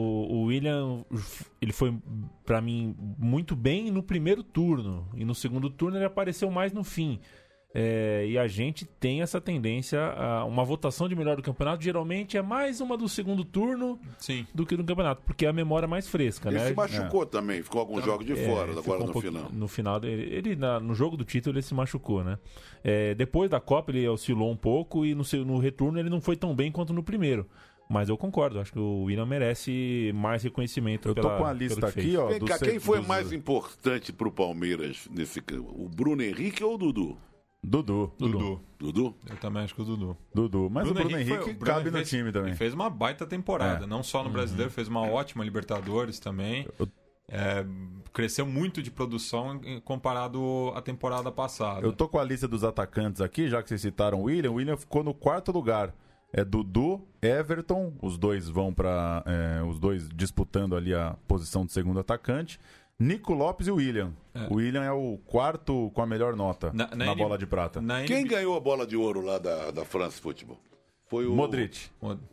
o William, ele foi, pra mim, muito bem no primeiro turno, e no segundo turno ele apareceu mais no fim. E a gente tem essa tendência a uma votação de melhor do campeonato geralmente é mais uma do segundo turno do que no campeonato, porque é a memória mais fresca. Ele né? se machucou também, ficou alguns jogos de fora agora no final. No final, no jogo do título ele se machucou, né? Depois da Copa ele oscilou um pouco e no retorno ele não foi tão bem quanto no primeiro. Mas eu concordo, acho que o William merece mais reconhecimento. Eu tô com a lista aqui, ó. Quem foi mais importante pro Palmeiras nesse campo? O Bruno Henrique ou o Dudu? Dudu. Eu também acho que o Dudu. Mas o Bruno Henrique cabe no time também. Ele fez uma baita temporada, não só no Brasileiro, fez uma ótima Libertadores também. Cresceu muito de produção comparado à temporada passada. Eu tô com a lista dos atacantes aqui, já que vocês citaram o William. O William ficou no quarto lugar. Dudu, Everton, os dois vão para os dois disputando ali a posição de segundo atacante. Nico Lopes e o William. O William é o quarto com a melhor nota na bola de prata. Quem ganhou a bola de ouro lá da France Football? Foi o Modric.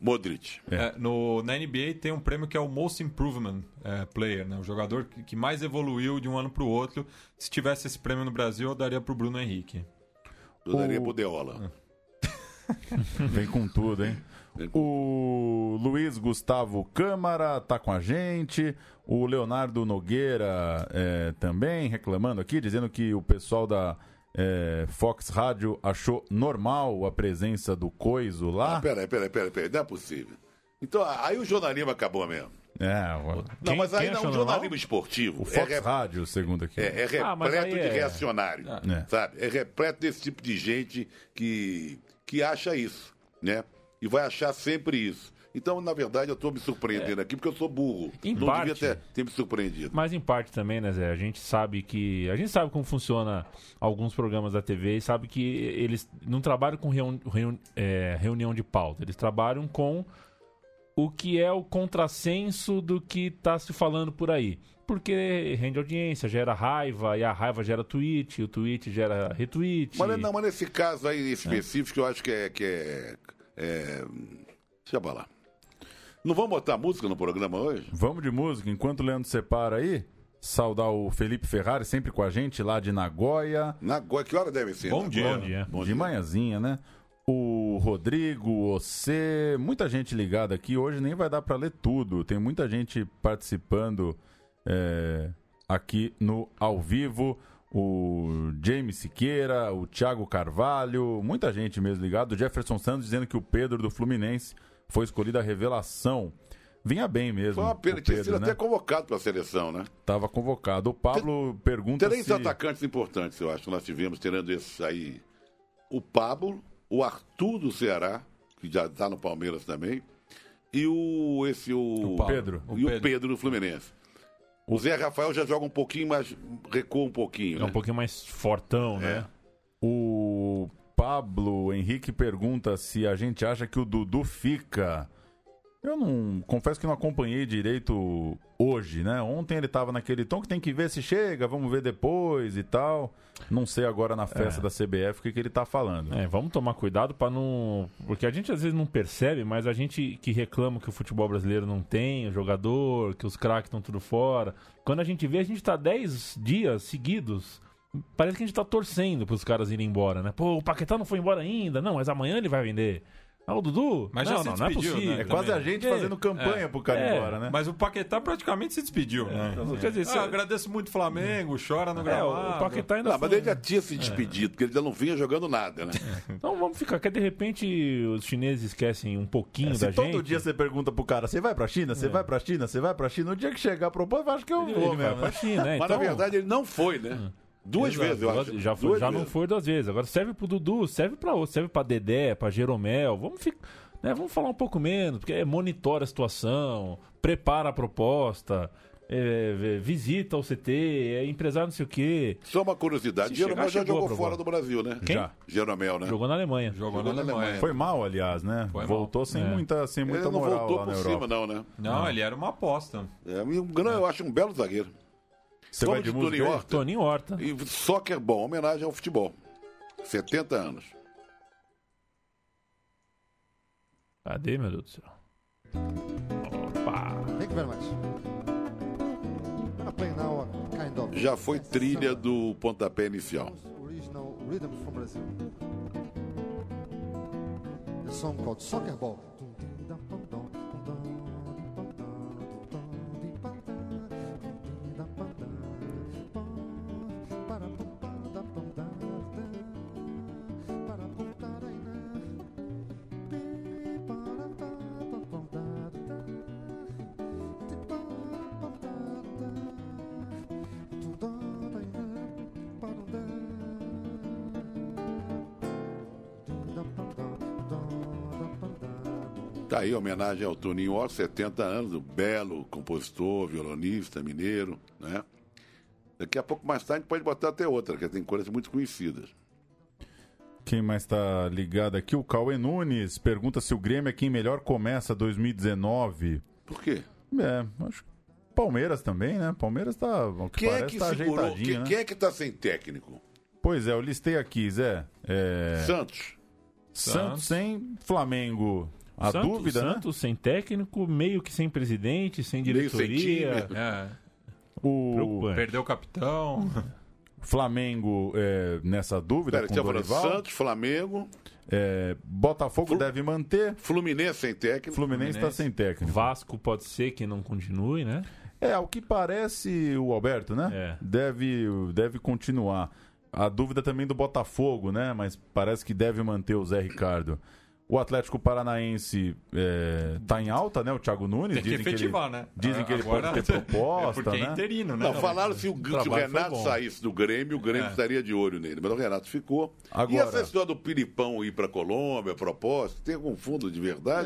Na NBA tem um prêmio que é o Most Improvement Player, né? O jogador que mais evoluiu de um ano para o outro. Se tivesse esse prêmio no Brasil, eu daria para o Bruno Henrique. Eu daria para o Deola. Vem com tudo, hein? O Luiz Gustavo Câmara tá com a gente. O Leonardo Nogueira também reclamando aqui, dizendo que o pessoal da Fox Rádio achou normal a presença do Coiso lá. Peraí, não é possível. Então, aí o jornalismo acabou mesmo. Não, mas aí não, o jornalismo esportivo. O Fox Rádio, segundo aqui. É repleto de reacionário, sabe? É repleto desse tipo de gente que acha isso, né? E vai achar sempre isso. Então, na verdade, eu estou me surpreendendo aqui porque eu sou burro. Não devia ter me surpreendido. Mas em parte também, né, Zé? A gente sabe como funciona alguns programas da TV e sabe que eles não trabalham com reunião de pauta. Eles trabalham com o que é o contrassenso do que está se falando por aí. Porque rende audiência, gera raiva, e a raiva gera tweet, o tweet gera retweet. Mas nesse caso aí específico, eu acho que deixa eu falar. Não vamos botar música no programa hoje? Vamos de música. Enquanto o Leandro separa aí, saudar o Felipe Ferrari, sempre com a gente, lá de Nagoya. Nagoya, que hora deve ser? Bom dia. De manhãzinha, né? O Rodrigo, você, muita gente ligada aqui. Hoje nem vai dar para ler tudo. Tem muita gente participando aqui no Ao Vivo. O James Siqueira, o Thiago Carvalho, muita gente mesmo ligado. O Jefferson Santos dizendo que o Pedro do Fluminense foi escolhido a revelação. Vinha bem mesmo. Foi uma pena, tinha sido até convocado para a seleção, né? Estava convocado. O Pablo pergunta Três atacantes importantes, eu acho, que nós tivemos, tirando esses aí. O Pablo, o Arthur do Ceará, que já está no Palmeiras também, e o Pedro. O Pedro do Fluminense. O Zé Rafael já joga um pouquinho, mas recua um pouquinho, né? Um pouquinho mais fortão, né? O Pablo Henrique pergunta se a gente acha que o Dudu fica. Eu confesso que não acompanhei direito hoje, né? Ontem ele tava naquele tom que tem que ver se chega, vamos ver depois e tal. Não sei agora na festa da CBF o que ele tá falando. Vamos tomar cuidado para não... Porque a gente às vezes não percebe, mas a gente que reclama que o futebol brasileiro não tem o jogador, que os craques estão tudo fora. Quando a gente vê, a gente tá 10 dias seguidos. Parece que a gente tá torcendo pros caras irem embora, né? Pô, o Paquetá não foi embora ainda. Não, mas amanhã ele vai vender. O Dudu? Mas já se despediu, não é possível. né? É quase a gente fazendo campanha pro cara ir embora, né? Mas o Paquetá praticamente se despediu. Quer dizer, agradeço muito o Flamengo, chora no gramado. O Paquetá ainda mas ele já tinha se despedido, porque ele já não vinha jogando nada, né? Então vamos ficar, que de repente os chineses esquecem um pouquinho da gente. Todo dia você pergunta pro cara, você vai pra China? Você vai pra China? Você vai pra China? No dia que chegar a proposta, eu acho que eu vou mesmo. Vai pra China, né? Mas na verdade ele não foi, né? Duas vezes, eu acho. Já não foi 2 vezes. Agora serve pro Dudu, serve pra outro, serve pra Dedé, pra Jeromel. Vamos falar um pouco menos, porque monitora a situação, prepara a proposta, visita o CT, empresário não sei o quê. Só uma curiosidade, Jeromel já jogou fora do Brasil, né? Quem? Já. Jeromel, né? Jogou na Alemanha. Jogou na Alemanha. Foi mal, aliás, né? Voltou sem muita ele não moral voltou lá por na cima, Europa. não, né? Não, ele era uma aposta. Eu acho um belo zagueiro. Você vai de música? Toninho Horta. E soccer bom, homenagem ao futebol. 70 anos. Cadê, meu Deus do céu? Opa! Thank you very much. I'm gonna play now a kind of Já foi trilha do pontapé inicial. original rhythm from Brazil. The song called Soccer Ball. Tá aí, homenagem ao Toninho Horta, 70 anos, o belo compositor, violonista, mineiro, né? Daqui a pouco, mais tarde, pode botar até outra, que tem coisas muito conhecidas. Quem mais tá ligado aqui? O Cauê Nunes pergunta se o Grêmio é quem melhor começa 2019. Por quê? Acho que Palmeiras também, né? Palmeiras tá, o que Quem parece, é que tá segurou? ajeitadinho, né? Quem é que tá sem técnico? Pois é, eu listei aqui, Zé. Santos sem Flamengo. A dúvida, né? Santos sem técnico, meio que sem presidente, sem diretoria. Meio sem time. Preocupante. Perdeu o capitão. Flamengo nessa dúvida Pera, com você o falou Dorival. Santos, Flamengo, Botafogo deve manter. Fluminense sem técnico. Fluminense está sem técnico. Vasco pode ser que não continue, né? Ao que parece o Alberto, né? Deve continuar. A dúvida também do Botafogo, né? Mas parece que deve manter o Zé Ricardo. O Atlético Paranaense tá em alta, né? O Thiago Nunes. Tem que efetivar, né? Dizem que ele Agora, pode ter proposta, porque né? é interino, né? Não, falaram se o Renato saísse do Grêmio, o Grêmio estaria de olho nele. Mas o Renato ficou. Agora... E essa história do Filipão ir para Colômbia, proposta, tem algum fundo de verdade?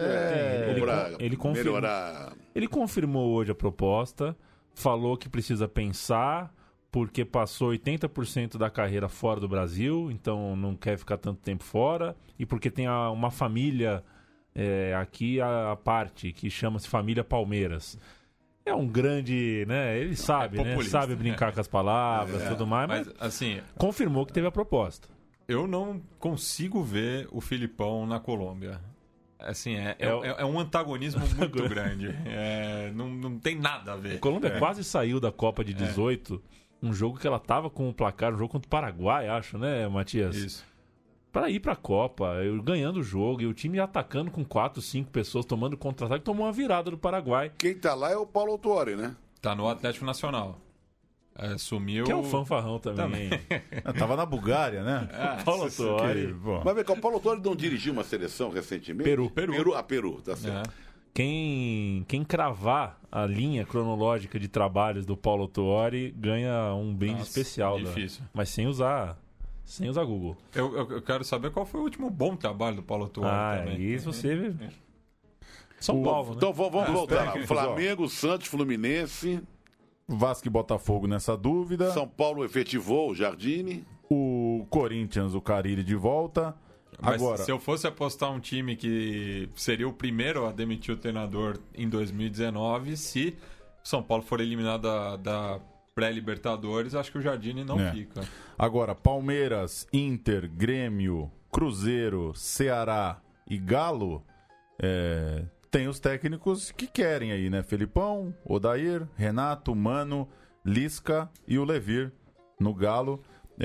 Ele confirmou. Melhorar... Ele confirmou hoje a proposta, falou que precisa pensar, porque passou 80% da carreira fora do Brasil, então não quer ficar tanto tempo fora, e porque tem uma família aqui à parte, que chama-se Família Palmeiras. É um grande, né? Ele sabe, né? Sabe brincar com as palavras e tudo mais, mas assim, confirmou que teve a proposta. Eu não consigo ver o Filipão na Colômbia. Assim, é um antagonismo muito grande. Não tem nada a ver. A Colômbia quase saiu da Copa de 18, um jogo que ela tava com o placar, um jogo contra o Paraguai, acho, né, Matias? Isso. Pra ir pra Copa, ganhando o jogo, e o time atacando com 4, 5 pessoas, tomando contra-ataque, tomou uma virada do Paraguai. Quem tá lá é o Paulo Autuori, né? Tá no Atlético Nacional. Sumiu... Que é um fanfarrão também. Tava na Bulgária, né? Paulo Autuori. Mas vem cá, o Paulo Autuori não dirigiu uma seleção recentemente? Peru. Peru, tá certo. Quem cravar a linha cronológica de trabalhos do Paulo Autuori ganha um brinde especial. Difícil. Mas sem usar Google. Eu quero saber qual foi o último bom trabalho do Paulo Autuori também. Isso você... São Paulo, né? Então vamos voltar lá. Flamengo, Santos, Fluminense... Vasco e Botafogo nessa dúvida. São Paulo efetivou o Jardine. O Corinthians, o Carille de volta. Mas agora, se eu fosse apostar um time que seria o primeiro a demitir o treinador em 2019, se São Paulo for eliminado da pré-Libertadores, acho que o Jardine não fica. Agora, Palmeiras, Inter, Grêmio, Cruzeiro, Ceará e Galo, tem os técnicos que querem aí, né? Felipão, Odair, Renato, Mano, Lisca e o Levir no Galo.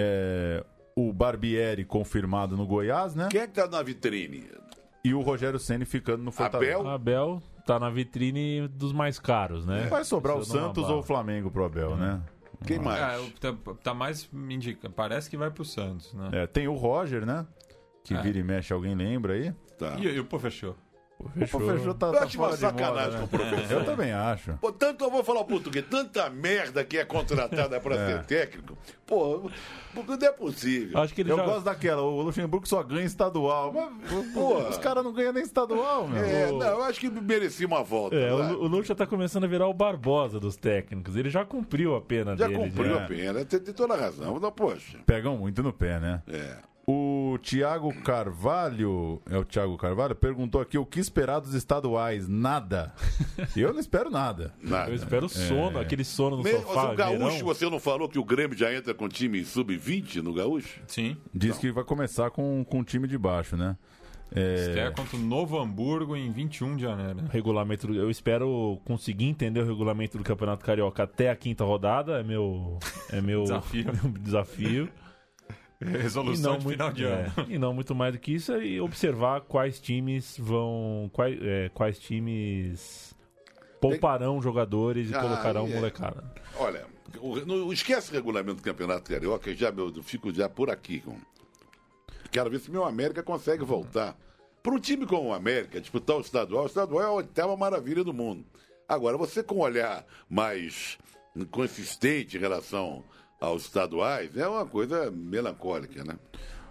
O Barbieri confirmado no Goiás, né? Quem é que tá na vitrine? E o Rogério Ceni ficando no Fortaleza. Abel tá na vitrine dos mais caros, né? Vai sobrar o Santos ou o Flamengo pro Abel, né? Quem mais? Tá mais indica. Parece que vai pro Santos, né? Tem o Roger, né? Que vira e mexe, alguém lembra aí? Tá. E o Professor? O Fechou tá Eu acho uma fora de sacanagem moda, com o professor. Eu também acho. Pô, tanto eu vou falar o português, tanta merda que é contratada pra ser técnico. Pô, não é possível. Acho que ele Eu já... gosto daquela, o Luxemburgo só ganha estadual. Mas, os caras não ganham nem estadual, meu. Não, eu acho que merecia uma volta. o Lucha tá começando a virar o Barbosa dos técnicos. Ele já cumpriu a pena Já dele. cumpriu a pena, tem toda a razão. Não, poxa. Pegam muito no pé, né? O Thiago Carvalho, o Thiago Carvalho, perguntou aqui o que esperar dos estaduais. Nada. Eu não espero nada. Eu espero o sono, aquele sono no Mas sofá. o Gaúcho, verão. você não falou que o Grêmio já entra com time sub-20 no Gaúcho? Sim. Diz que vai começar com o time de baixo, né? Estreia contra o Novo Hamburgo em 21 de janeiro. Regulamento, eu espero conseguir entender o regulamento do Campeonato Carioca até a 5ª rodada. É meu Desafio. meu desafio. Resolução de final de ano. E não muito mais do que isso, e observar quais times quais times pouparão jogadores e colocarão molecada. Olha, esquece o regulamento do Campeonato Carioca, eu fico já por aqui. Quero ver se meu América consegue voltar. Para um time como o América, disputar o estadual é a 8ª maravilha do mundo. Agora, você com um olhar mais consistente em relação aos estaduais, é uma coisa melancólica, né?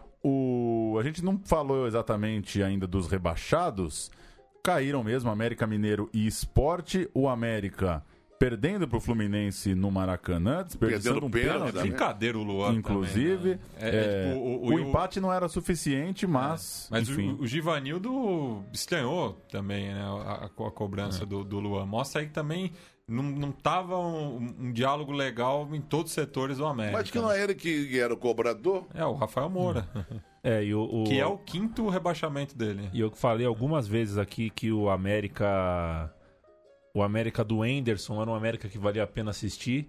A gente não falou exatamente ainda dos rebaixados. Caíram mesmo América Mineiro e Sport. O América perdendo para o Fluminense no Maracanã, desperdiçando um pênalti. Brincadeira o Luan inclusive. Também, né? O empate não era suficiente, mas... Mas enfim. o Givanildo estranhou também, né, a cobrança do Luan. Mostra aí que também não tava um diálogo legal em todos os setores do América. Mas que não era que era o cobrador? O Rafael Moura. Que é o 5º rebaixamento dele. E eu falei algumas vezes aqui que o América do Anderson era um América que valia a pena assistir.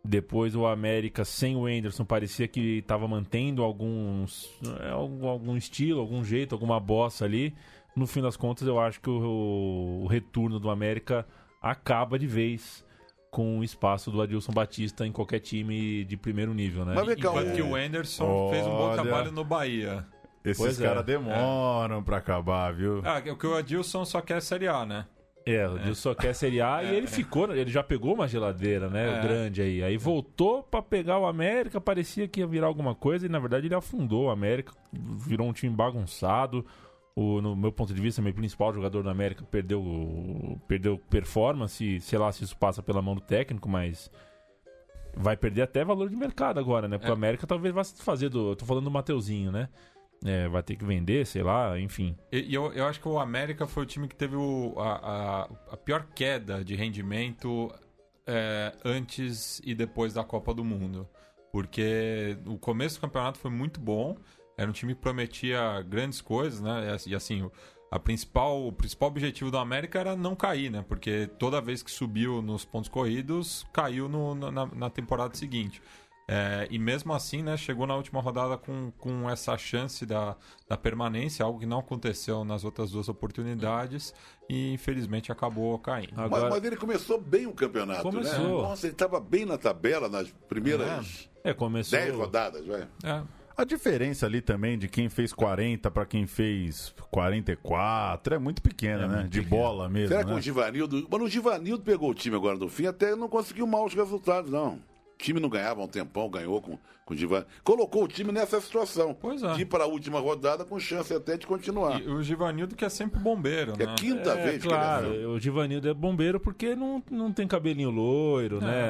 Depois o América sem o Anderson parecia que estava mantendo algum estilo, algum jeito, alguma bossa ali. No fim das contas, eu acho que o retorno do América acaba de vez com o espaço do Adilson Batista em qualquer time de primeiro nível, né? Mas vem cá, Enquanto que o Anderson fez um bom trabalho no Bahia. Esses caras demoram pra acabar, viu? Que o Adilson só quer Série A, né? O Adilson só quer Série A e ele já pegou uma geladeira, né? Grande aí. Aí voltou pra pegar o América, parecia que ia virar alguma coisa e na verdade ele afundou o América, virou um time bagunçado. No meu ponto de vista, meu principal jogador do América perdeu performance, sei lá se isso passa pela mão do técnico, mas vai perder até valor de mercado agora, né? Porque o América talvez vá fazer eu tô falando do Mateuzinho, né? Vai ter que vender, sei lá, enfim. E eu acho que o América foi o time que teve a pior queda de rendimento antes e depois da Copa do Mundo. Porque o começo do campeonato foi muito bom, era um time que prometia grandes coisas, né? E assim, o principal objetivo do América era não cair, né? Porque toda vez que subiu nos pontos corridos, caiu na temporada seguinte. E mesmo assim, né, chegou na última rodada com essa chance da permanência, algo que não aconteceu nas outras duas oportunidades e infelizmente acabou caindo. Mas ele começou bem o campeonato, né? Nossa, ele estava bem na tabela nas primeiras 10 rodadas, velho. A diferença ali também de quem fez 40 para quem fez 44 é muito pequena, né? De bola mesmo. Será que né? o Givanildo... Mas o Givanildo pegou o time agora no fim, até não conseguiu maus resultados, não. O time não ganhava há um tempão, ganhou com o Givanildo. Colocou o time nessa situação. Pois é. De ir para a última rodada com chance até de continuar. E o Givanildo que é sempre bombeiro, né? É a quinta vez claro, que ele o Givanildo é bombeiro porque não tem cabelinho loiro, né?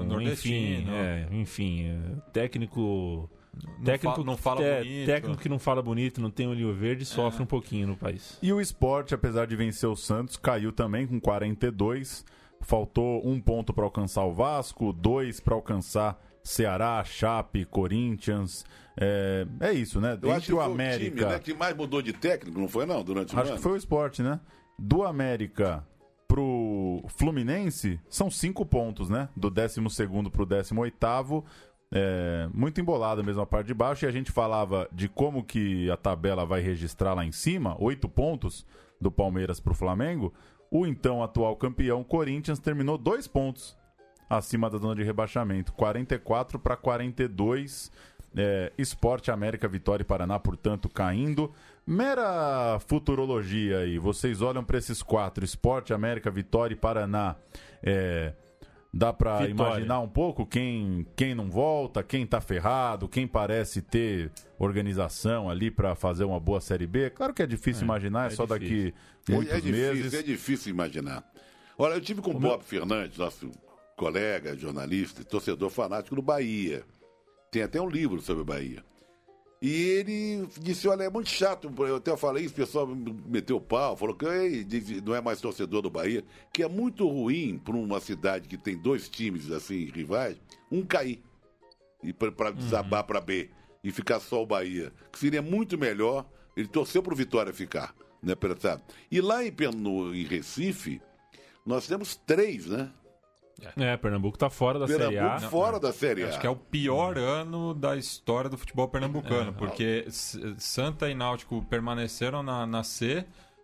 Técnico... Não fala bonito. Técnico que não fala bonito, não tem olho verde, sofre um pouquinho no país. E o Sport, apesar de vencer o Santos, caiu também com 42. Faltou 1 ponto para alcançar o Vasco, 2 para alcançar Ceará, Chape, Corinthians. É isso, né? Eu acho que o foi América, o time, né, que mais mudou de técnico, não foi não, durante o ano? Acho que foi o Sport, né? Do América pro Fluminense, são 5 pontos, né? Do 12º pro 18º. Muito embolada mesmo a parte de baixo, e a gente falava de como que a tabela vai registrar lá em cima, 8 pontos do Palmeiras pro Flamengo. O então atual campeão Corinthians terminou 2 pontos acima da zona de rebaixamento, 44 para 42. Sport, América, Vitória e Paraná, portanto, caindo. Mera futurologia aí, vocês olham para esses 4, Sport, América, Vitória e Paraná, dá pra imaginar um pouco quem não volta, quem tá ferrado, quem parece ter organização ali pra fazer uma boa Série B? Claro que é difícil imaginar, é só difícil. Daqui muitos meses. É difícil imaginar. Olha, eu tive com o Bob Fernandes, nosso colega, jornalista, torcedor fanático do Bahia. Tem até um livro sobre o Bahia. E ele disse, olha, é muito chato, eu até falei isso, o pessoal meteu o pau, falou que não é mais torcedor do Bahia, que é muito ruim para uma cidade que tem 2 times assim, rivais, um cair, e para desabar para B, e ficar só o Bahia, que seria muito melhor, ele torceu para o Vitória ficar, né, e lá em Recife, nós temos 3, né? Pernambuco tá fora da Série A. Fora da Série A. Acho que é o pior ano da história do futebol pernambucano, porque Santa e Náutico permaneceram na C,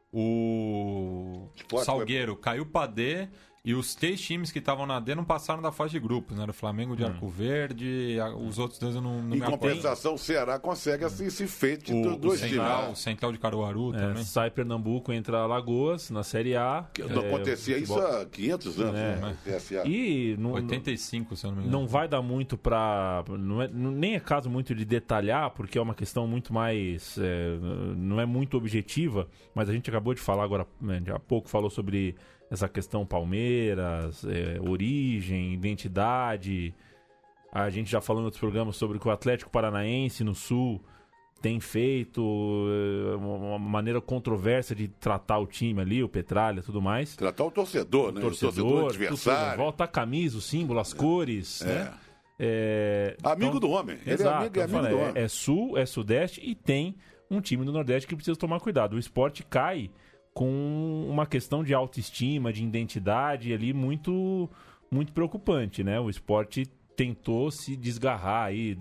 o Salgueiro caiu pra D, e os 3 times que estavam na D não passaram da fase de grupos, né? O Flamengo de Arco Verde, os outros 2 eu não me acordo. Em compensação, o Ceará consegue esse feito de 2 times. O Central de Caruaru também. Sai Pernambuco, entra Alagoas na Série A. Não acontecia isso há 500 anos, né? E 85, se eu não me engano. Não vai dar muito pra... nem é caso muito de detalhar, porque é uma questão muito mais... não é muito objetiva, mas a gente acabou de falar agora, há pouco, falou sobre essa questão Palmeiras, origem, identidade. A gente já falou em outros programas sobre o que o Atlético Paranaense no Sul tem feito, uma maneira controversa de tratar o time ali, o Petralha e tudo mais. Tratar o torcedor, né? O torcedor adversário. Volta a camisa, o símbolo, as cores, né? Amigo do homem. Exato, Ele é amigo do homem. É Sul, é Sudeste e tem um time do Nordeste que precisa tomar cuidado. O Sport cai com uma questão de autoestima, de identidade ali muito, muito preocupante, né? O Sport tentou se desgarrar aí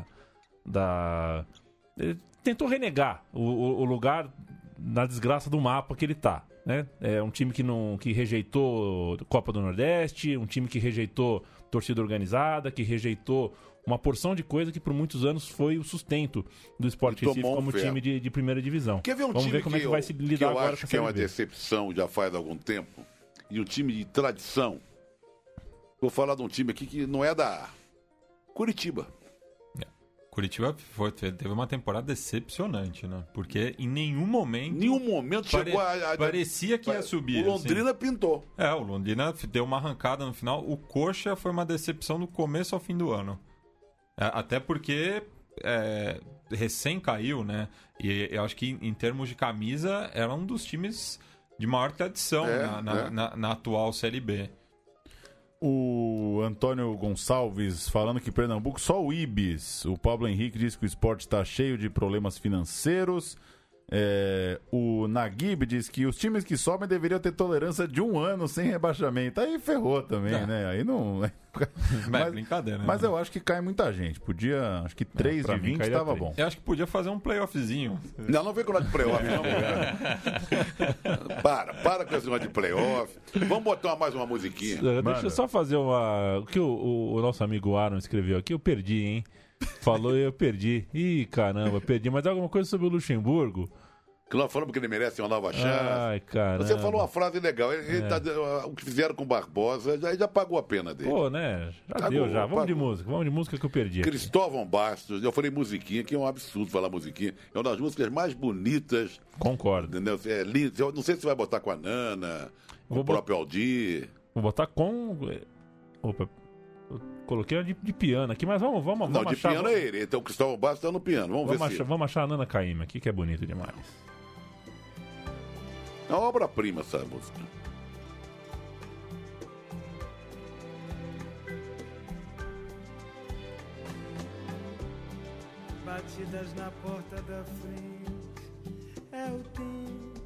ele tentou renegar o lugar na desgraça do mapa que ele tá, né? É um time que rejeitou Copa do Nordeste, um time que rejeitou torcida organizada, que rejeitou uma porção de coisa que por muitos anos foi o sustento do Sport Recife como time de primeira divisão. Quer ver um Vamos time ver como é que vai se que lidar eu agora acho com que é essa uma Série B. decepção já faz algum tempo, e um time de tradição. Vou falar de um time aqui que não é da Curitiba. Curitiba teve uma temporada decepcionante, né? Porque em nenhum momento Chegou parecia que ia subir. O Londrina assim. pintou. O Londrina deu uma arrancada no final. O Coxa foi uma decepção do começo ao fim do ano. Até porque recém caiu, né? E eu acho que em termos de camisa era um dos times de maior tradição na atual Série B. O Antônio Gonçalves falando que Pernambuco só o Ibis. O Pablo Henrique diz que o esporte está cheio de problemas financeiros. O Naguib diz que os times que sobem deveriam ter tolerância de 1 ano sem rebaixamento. Aí ferrou também, né? Aí não... Mas brincadeira, né? Mas eu acho que cai muita gente. Podia... Acho que 3 de 20 estava bom. Eu acho que podia fazer um playoffzinho. Não vem com nada de playoff, não. Para com esse negócio de playoff. Vamos botar mais uma musiquinha. Deixa eu só fazer uma... O que o nosso amigo Aaron escreveu aqui, eu perdi, hein? Falou e eu perdi. Ih, caramba, perdi. Mas alguma coisa sobre o Luxemburgo? Que nós falamos que ele merece uma nova chance. Ai, caramba. Você falou uma frase legal. O que fizeram com o Barbosa já pagou a pena dele. Pô, né? Já deu, já. Vamos de música que eu perdi. Cristóvão Bastos, eu falei musiquinha, que é um absurdo falar musiquinha. É uma das músicas mais bonitas. Concordo. Entendeu? É lindo. Eu não sei se vai botar com a Nana, com o próprio Aldir. Vou botar com... Opa... Eu coloquei de piano aqui, mas vamos Não, de achar... piano é ele. Então o Cristóvão Bastos está no piano. Vamos achar a Nana Caymmi aqui, que é bonito demais. É uma obra-prima essa música. Batidas na porta da frente é o tempo.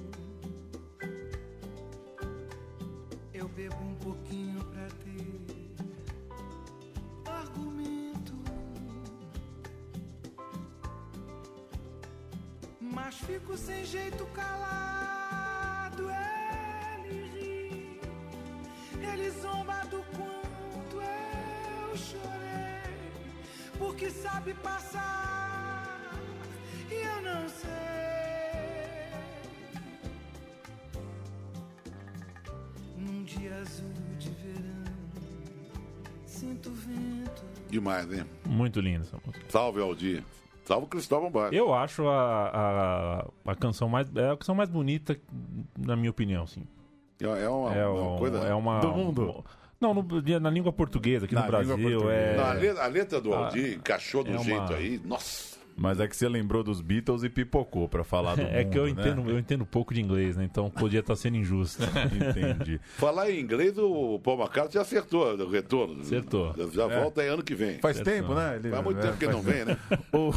Eu bebo um pouquinho pra ter argumento, mas fico sem jeito calado. Ele ri, ele zomba do quanto eu chorei, porque sabe passar e eu não sei. Num dia azul de verão, sinto vento. Demais, hein? Muito lindo essa música. Salve, Aldir. Salve, Cristóvão Bastos. Eu acho a canção mais bonita, na minha opinião, sim. É uma coisa... É uma... Do mundo. Não, na língua portuguesa, aqui no Brasil. Não, a letra do Aldir encaixou do jeito aí. Nossa! Mas é que você lembrou dos Beatles e pipocou pra falar do mundo, É que eu né? entendo pouco de inglês, né? Então podia estar sendo injusto. Entendi. Falar em inglês, o Paul McCartney já acertou o retorno. Acertou. Já volta aí ano que vem. Faz tempo, né? Faz muito tempo que ele não vem, né?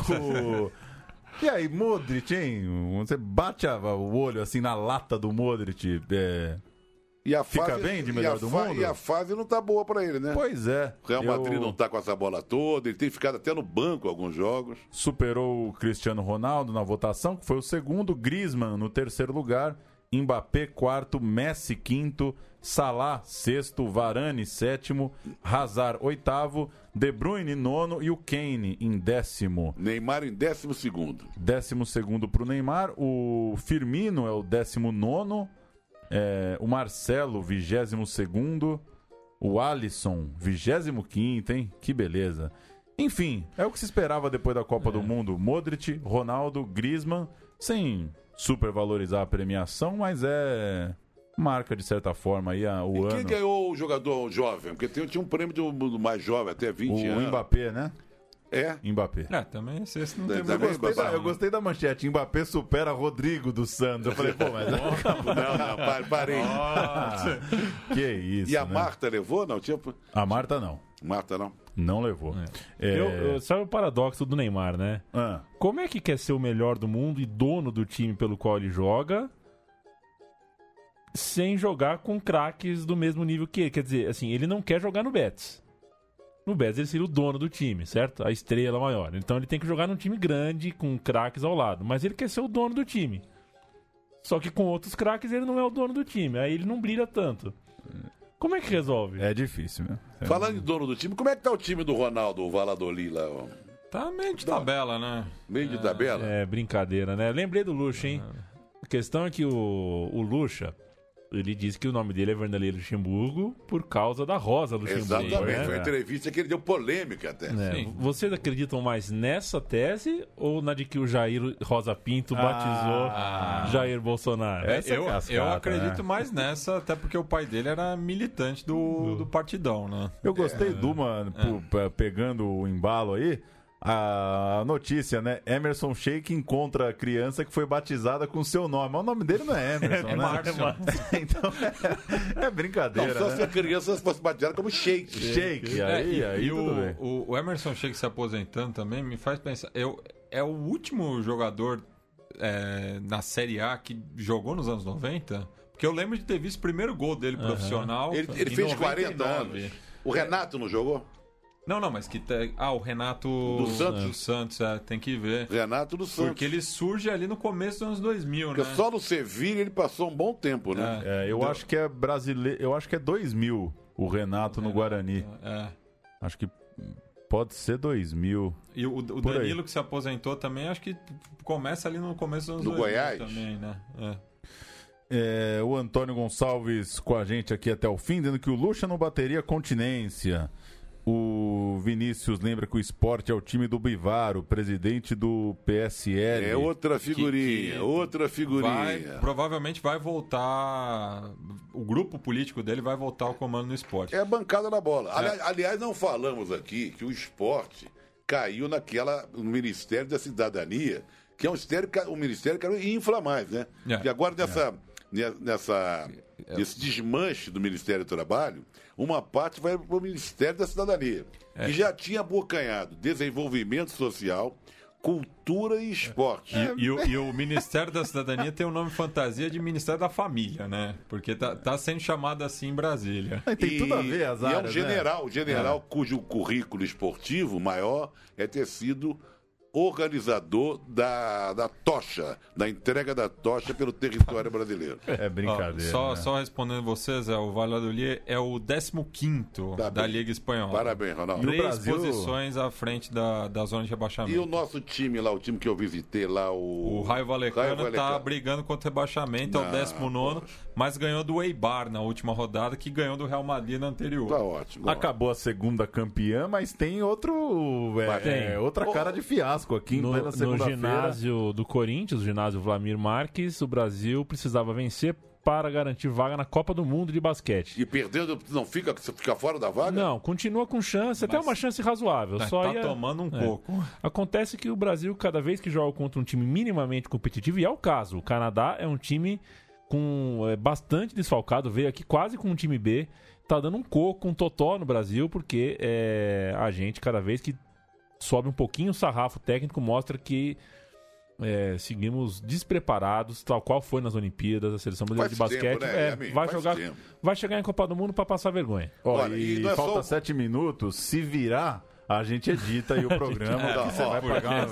E aí, Modric, hein? Você bate o olho assim na lata do Modric. E a Fica fase, bem de melhor do mundo? E a fase não tá boa pra ele, né? Pois é. O Real Madrid não tá com essa bola toda, ele tem ficado até no banco alguns jogos. Superou o Cristiano Ronaldo na votação, que foi o segundo, Griezmann no terceiro lugar, Mbappé quarto, Messi quinto, Salah sexto, Varane sétimo, Hazard oitavo, De Bruyne nono e o Kane em 10º. Neymar em 12º. 12º pro Neymar, o Firmino é o 19º, o Marcelo 22º, o Alisson 25º, hein? Que beleza. Enfim, é o que se esperava depois da Copa do Mundo. Modric, Ronaldo, Griezmann, sem supervalorizar a premiação, mas marca de certa forma aí o ano. Quem ganhou o jogador jovem? Porque tinha um prêmio do mais jovem, até 20 anos. O Mbappé, né? Mbappé. Também esse não tem Eu gostei da manchete. Mbappé supera Rodrigo do Santos. Eu falei, pô, mas... Não, parei. Que isso, E a né? Marta levou? Não, tinha... A Marta não. Marta não. Não levou. Sabe o paradoxo do Neymar, né? Como é que quer ser o melhor do mundo e dono do time pelo qual ele joga sem jogar com craques do mesmo nível que ele? Quer dizer, assim, ele não quer jogar no Betis. No Betis ele seria o dono do time, certo? A estrela maior. Então ele tem que jogar num time grande, com craques ao lado. Mas ele quer ser o dono do time. Só que com outros craques ele não é o dono do time. Aí ele não brilha tanto. Como é que resolve? É difícil, né? Falando em dono do time, como é que tá o time do Ronaldo, o Valladolid lá? Ó? Tá meio de tabela, né? Meio de tabela? É brincadeira, né? Lembrei do Lucha, hein? A questão é que o Lucha, ele disse que o nome dele é Vanderlei Luxemburgo por causa da Rosa Luxemburgo. Exatamente, né? foi uma entrevista que ele deu polêmica até. É, vocês acreditam mais nessa tese ou na de que o Jair Rosa Pinto batizou Jair Bolsonaro? Essa é cascata, Eu acredito né? mais nessa, até porque o pai dele era militante do partidão, né? Eu gostei de uma, pegando o embalo aí, a notícia, né? Emerson Sheik encontra a criança que foi batizada com seu nome. Mas o nome dele não é Emerson, né? Márcio. Então é brincadeira, Não, só né? se a criança fosse batizada como Sheik. Sheik, aí e tudo bem. o Emerson Sheik se aposentando também me faz pensar. É o último jogador na Série A que jogou nos anos 90? Porque eu lembro de ter visto o primeiro gol dele profissional. Ele em fez 99. 40 anos. O Renato não jogou? Não, mas que. O Renato. Do Santos. Do Santos, tem que ver. Renato do Santos. Porque ele surge ali no começo dos anos 2000, Porque né? só no Sevilha ele passou um bom tempo, né? Eu acho que é brasileiro. Eu acho que é 2000 o Renato no Guarani. Acho que pode ser 2000. E o Danilo, que se aposentou também, acho que começa ali no começo dos anos Do 2000 Goiás? também, né? O Antônio Gonçalves com a gente aqui até o fim, dizendo que o Lucha não bateria continência. O Vinícius lembra que o Sport é o time do Bivar, o presidente do PSL. É outra figurinha, outra figurinha. Provavelmente vai voltar. O grupo político dele vai voltar ao comando no esporte. É a bancada da bola. Aliás, não falamos aqui que o esporte caiu no Ministério da Cidadania, que é um ministério que infla mais, né? E agora nesse desmanche do Ministério do Trabalho, uma parte vai para o Ministério da Cidadania, que já tinha abocanhado desenvolvimento social, cultura e esporte. E o Ministério da Cidadania tem o nome fantasia de Ministério da Família, né? Porque tá sendo chamado assim em Brasília. Tem tudo a ver as áreas, e é um general cujo currículo esportivo maior é ter sido organizador da tocha, da entrega da tocha pelo território brasileiro. É brincadeira. Só respondendo vocês, o Valladolid é o 15º da Liga Espanhola. Parabéns, Ronaldo. 3 posições à frente da zona de rebaixamento. E o nosso time lá, o time que eu visitei lá, o Raio Vallecano tá brigando contra o rebaixamento, é o 19º, mas ganhou do Eibar na última rodada, que ganhou do Real Madrid na anterior. Tá ótimo. Acabou a segunda campeã, mas tem outra cara de fiasco aqui no segunda-feira. ginásio do Corinthians, o ginásio Vlamir Marques, o Brasil precisava vencer para garantir vaga na Copa do Mundo de basquete. E perdendo, você fica fora da vaga? Não, continua com chance, até uma chance razoável. Só tomando um pouco. Acontece que o Brasil, cada vez que joga contra um time minimamente competitivo, e é o caso, o Canadá é um time bastante desfalcado, veio aqui quase com um time B, tá dando um coco, um totó no Brasil, porque a gente, cada vez que sobe um pouquinho o sarrafo técnico, mostra que seguimos despreparados, tal qual foi nas Olimpíadas, a seleção brasileira de basquete vai chegar em Copa do Mundo para passar vergonha. E falta 7 minutos, se virar, a gente edita aí o programa. Você vai pagar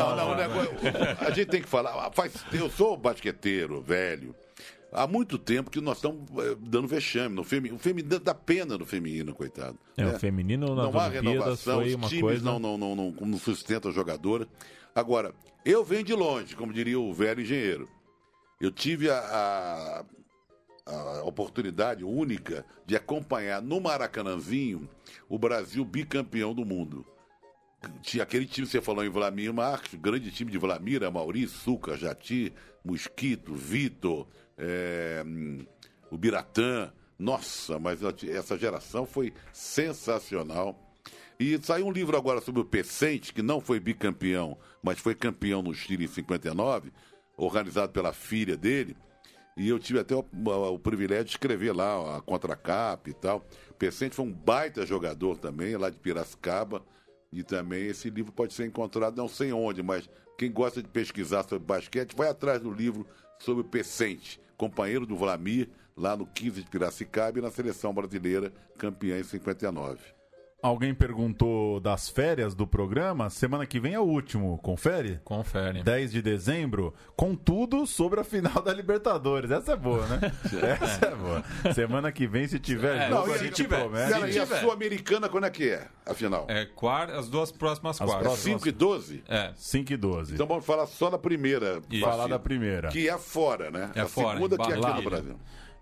a gente tem que falar. Eu sou basqueteiro, velho. Há muito tempo que nós estamos dando vexame no feminino. O feminino dá pena no feminino, coitado. O feminino nas não há Olimpíadas renovação, foi os uma times coisa... não sustentam a jogadora. Agora, eu venho de longe, como diria o velho engenheiro. Eu tive a oportunidade única de acompanhar no Maracanãzinho o Brasil bicampeão do mundo. Tinha aquele time que você falou em Vlamir Marques, o grande time de Vlamir, Amauri, Suca, Jati, Mosquito, Vitor, o Biratã. Nossa, mas essa geração foi sensacional. E saiu um livro agora sobre o Pecente, que não foi bicampeão, mas foi campeão no Chile em 59, organizado pela filha dele. E eu tive até o privilégio de escrever lá a contracapa e tal. O Pecente foi um baita jogador também, lá de Piracicaba. E também esse livro pode ser encontrado não sei onde, mas quem gosta de pesquisar sobre basquete, vai atrás do livro sobre o Pecente, companheiro do Vlamir, lá no 15 de Piracicaba e na seleção brasileira, campeã em 59. Alguém perguntou das férias do programa. Semana que vem é o último. Confere? Confere. 10 de dezembro. Com tudo sobre a final da Libertadores. Essa é boa, né? Essa é boa. Semana que vem, se tiver jogo, a gente promete. Cara, e a Sul-Americana, quando é que é, afinal? As duas próximas quartas. 5 e 12? 5 e 12. Então vamos falar só da primeira. Falar da primeira. Que é fora, né? É a fora, segunda que é aqui Barra. no Brasil.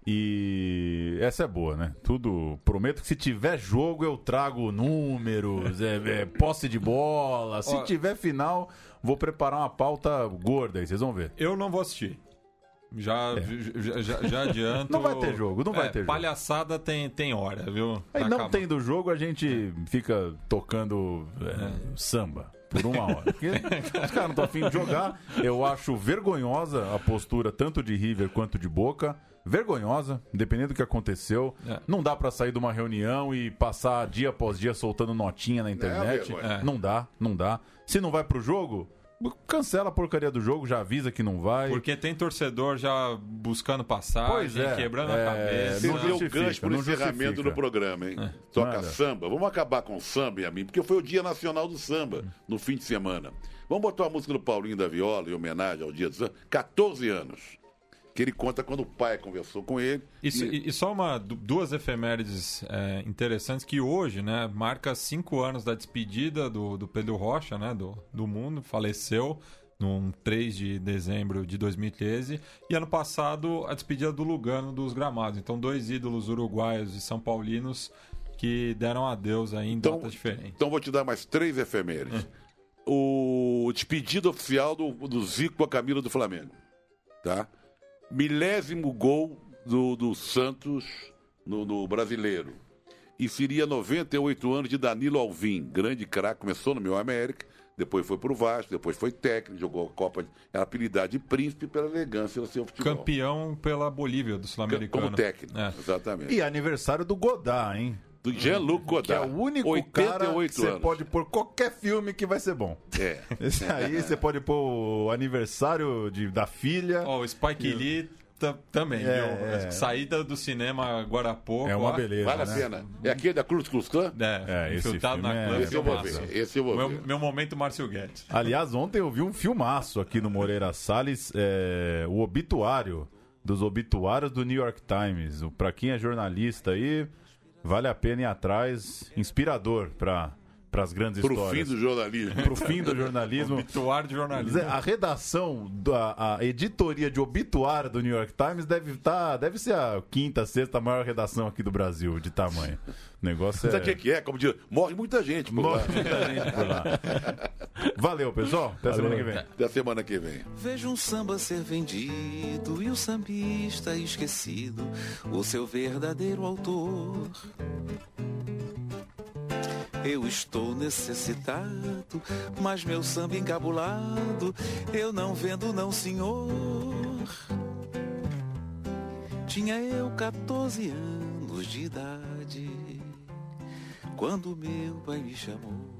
E essa é boa, né? Tudo. Prometo que se tiver jogo, eu trago números, posse de bola. Se tiver final, vou preparar uma pauta gorda aí, vocês vão ver. Eu não vou assistir. Já adianto. Não vai ter jogo, não vai ter jogo. Palhaçada tem hora, viu? Aí Tá não acabando. tendo jogo, a gente fica tocando samba por uma hora. Porque os caras não estão afim de jogar. Eu acho vergonhosa a postura tanto de River quanto de Boca. Vergonhosa, dependendo do que aconteceu. Não dá pra sair de uma reunião e passar dia após dia soltando notinha na internet. Não dá. Se não vai pro jogo, cancela a porcaria do jogo, já avisa que não vai. Porque tem torcedor já buscando passagem, quebrando a cabeça. Você Não deu justifica, gancho pro não encerramento justifica. do programa, hein? Toca Nada. samba. Vamos acabar com o samba e a mim, porque foi o Dia Nacional do Samba, no fim de semana. Vamos botar a música do Paulinho da Viola em homenagem ao Dia do Samba. 14 anos. Que ele conta quando o pai conversou com ele. E só duas efemérides interessantes que hoje, né, marca 5 anos da despedida do Pedro Rocha, né, do mundo, faleceu no 3 de dezembro de 2013, e ano passado a despedida do Lugano dos Gramados. Então 2 ídolos uruguaios e são paulinos que deram adeus aí em datas diferentes. Então vou te dar mais 3 efemérides. O despedido oficial do Zico com a Camila do Flamengo, tá? 1000º gol do Santos no Brasileiro. E seria 98 anos de Danilo Alvim, grande craque, começou no Meu América, depois foi pro Vasco, depois foi técnico, jogou a Copa, era apelidado de príncipe pela elegância do seu futebol. Campeão pela Bolívia do Sul-Americano. Como técnico, exatamente. E aniversário do Godard, hein? Do Jean-Luc Godard. Que é o único 88 cara que você anos. pode pôr qualquer filme que vai ser bom. Esse aí você pode pôr o aniversário da filha. O Spike Lee também, viu? Saída do cinema agora há pouco. É uma beleza, Vale a pena. É aquele da Cruz Clã? Esse Infiltrado filme na clã. Esse eu vou ver. Esse eu vou ver. Meu momento Márcio Guedes. Aliás, ontem eu vi um filmaço aqui no Moreira Salles, o obituário dos obituários do New York Times. Pra quem é jornalista aí, vale a pena ir atrás, inspirador para as grandes Pro histórias. fim do jornalismo. Pro fim do jornalismo. Obituário de jornalismo. A redação, a editoria de obituário do New York Times deve ser a 5ª, 6ª maior redação aqui do Brasil, de tamanho. O negócio Sabe o que é? Como diz, morre muita gente por lá. Morre muita gente por lá. Valeu, pessoal. Até semana que vem. Até semana que vem. Vejo um samba ser vendido e o sambista esquecido, o seu verdadeiro autor. Eu estou necessitado, mas meu samba encabulado eu não vendo não, senhor. Tinha eu 14 anos de idade quando meu pai me chamou.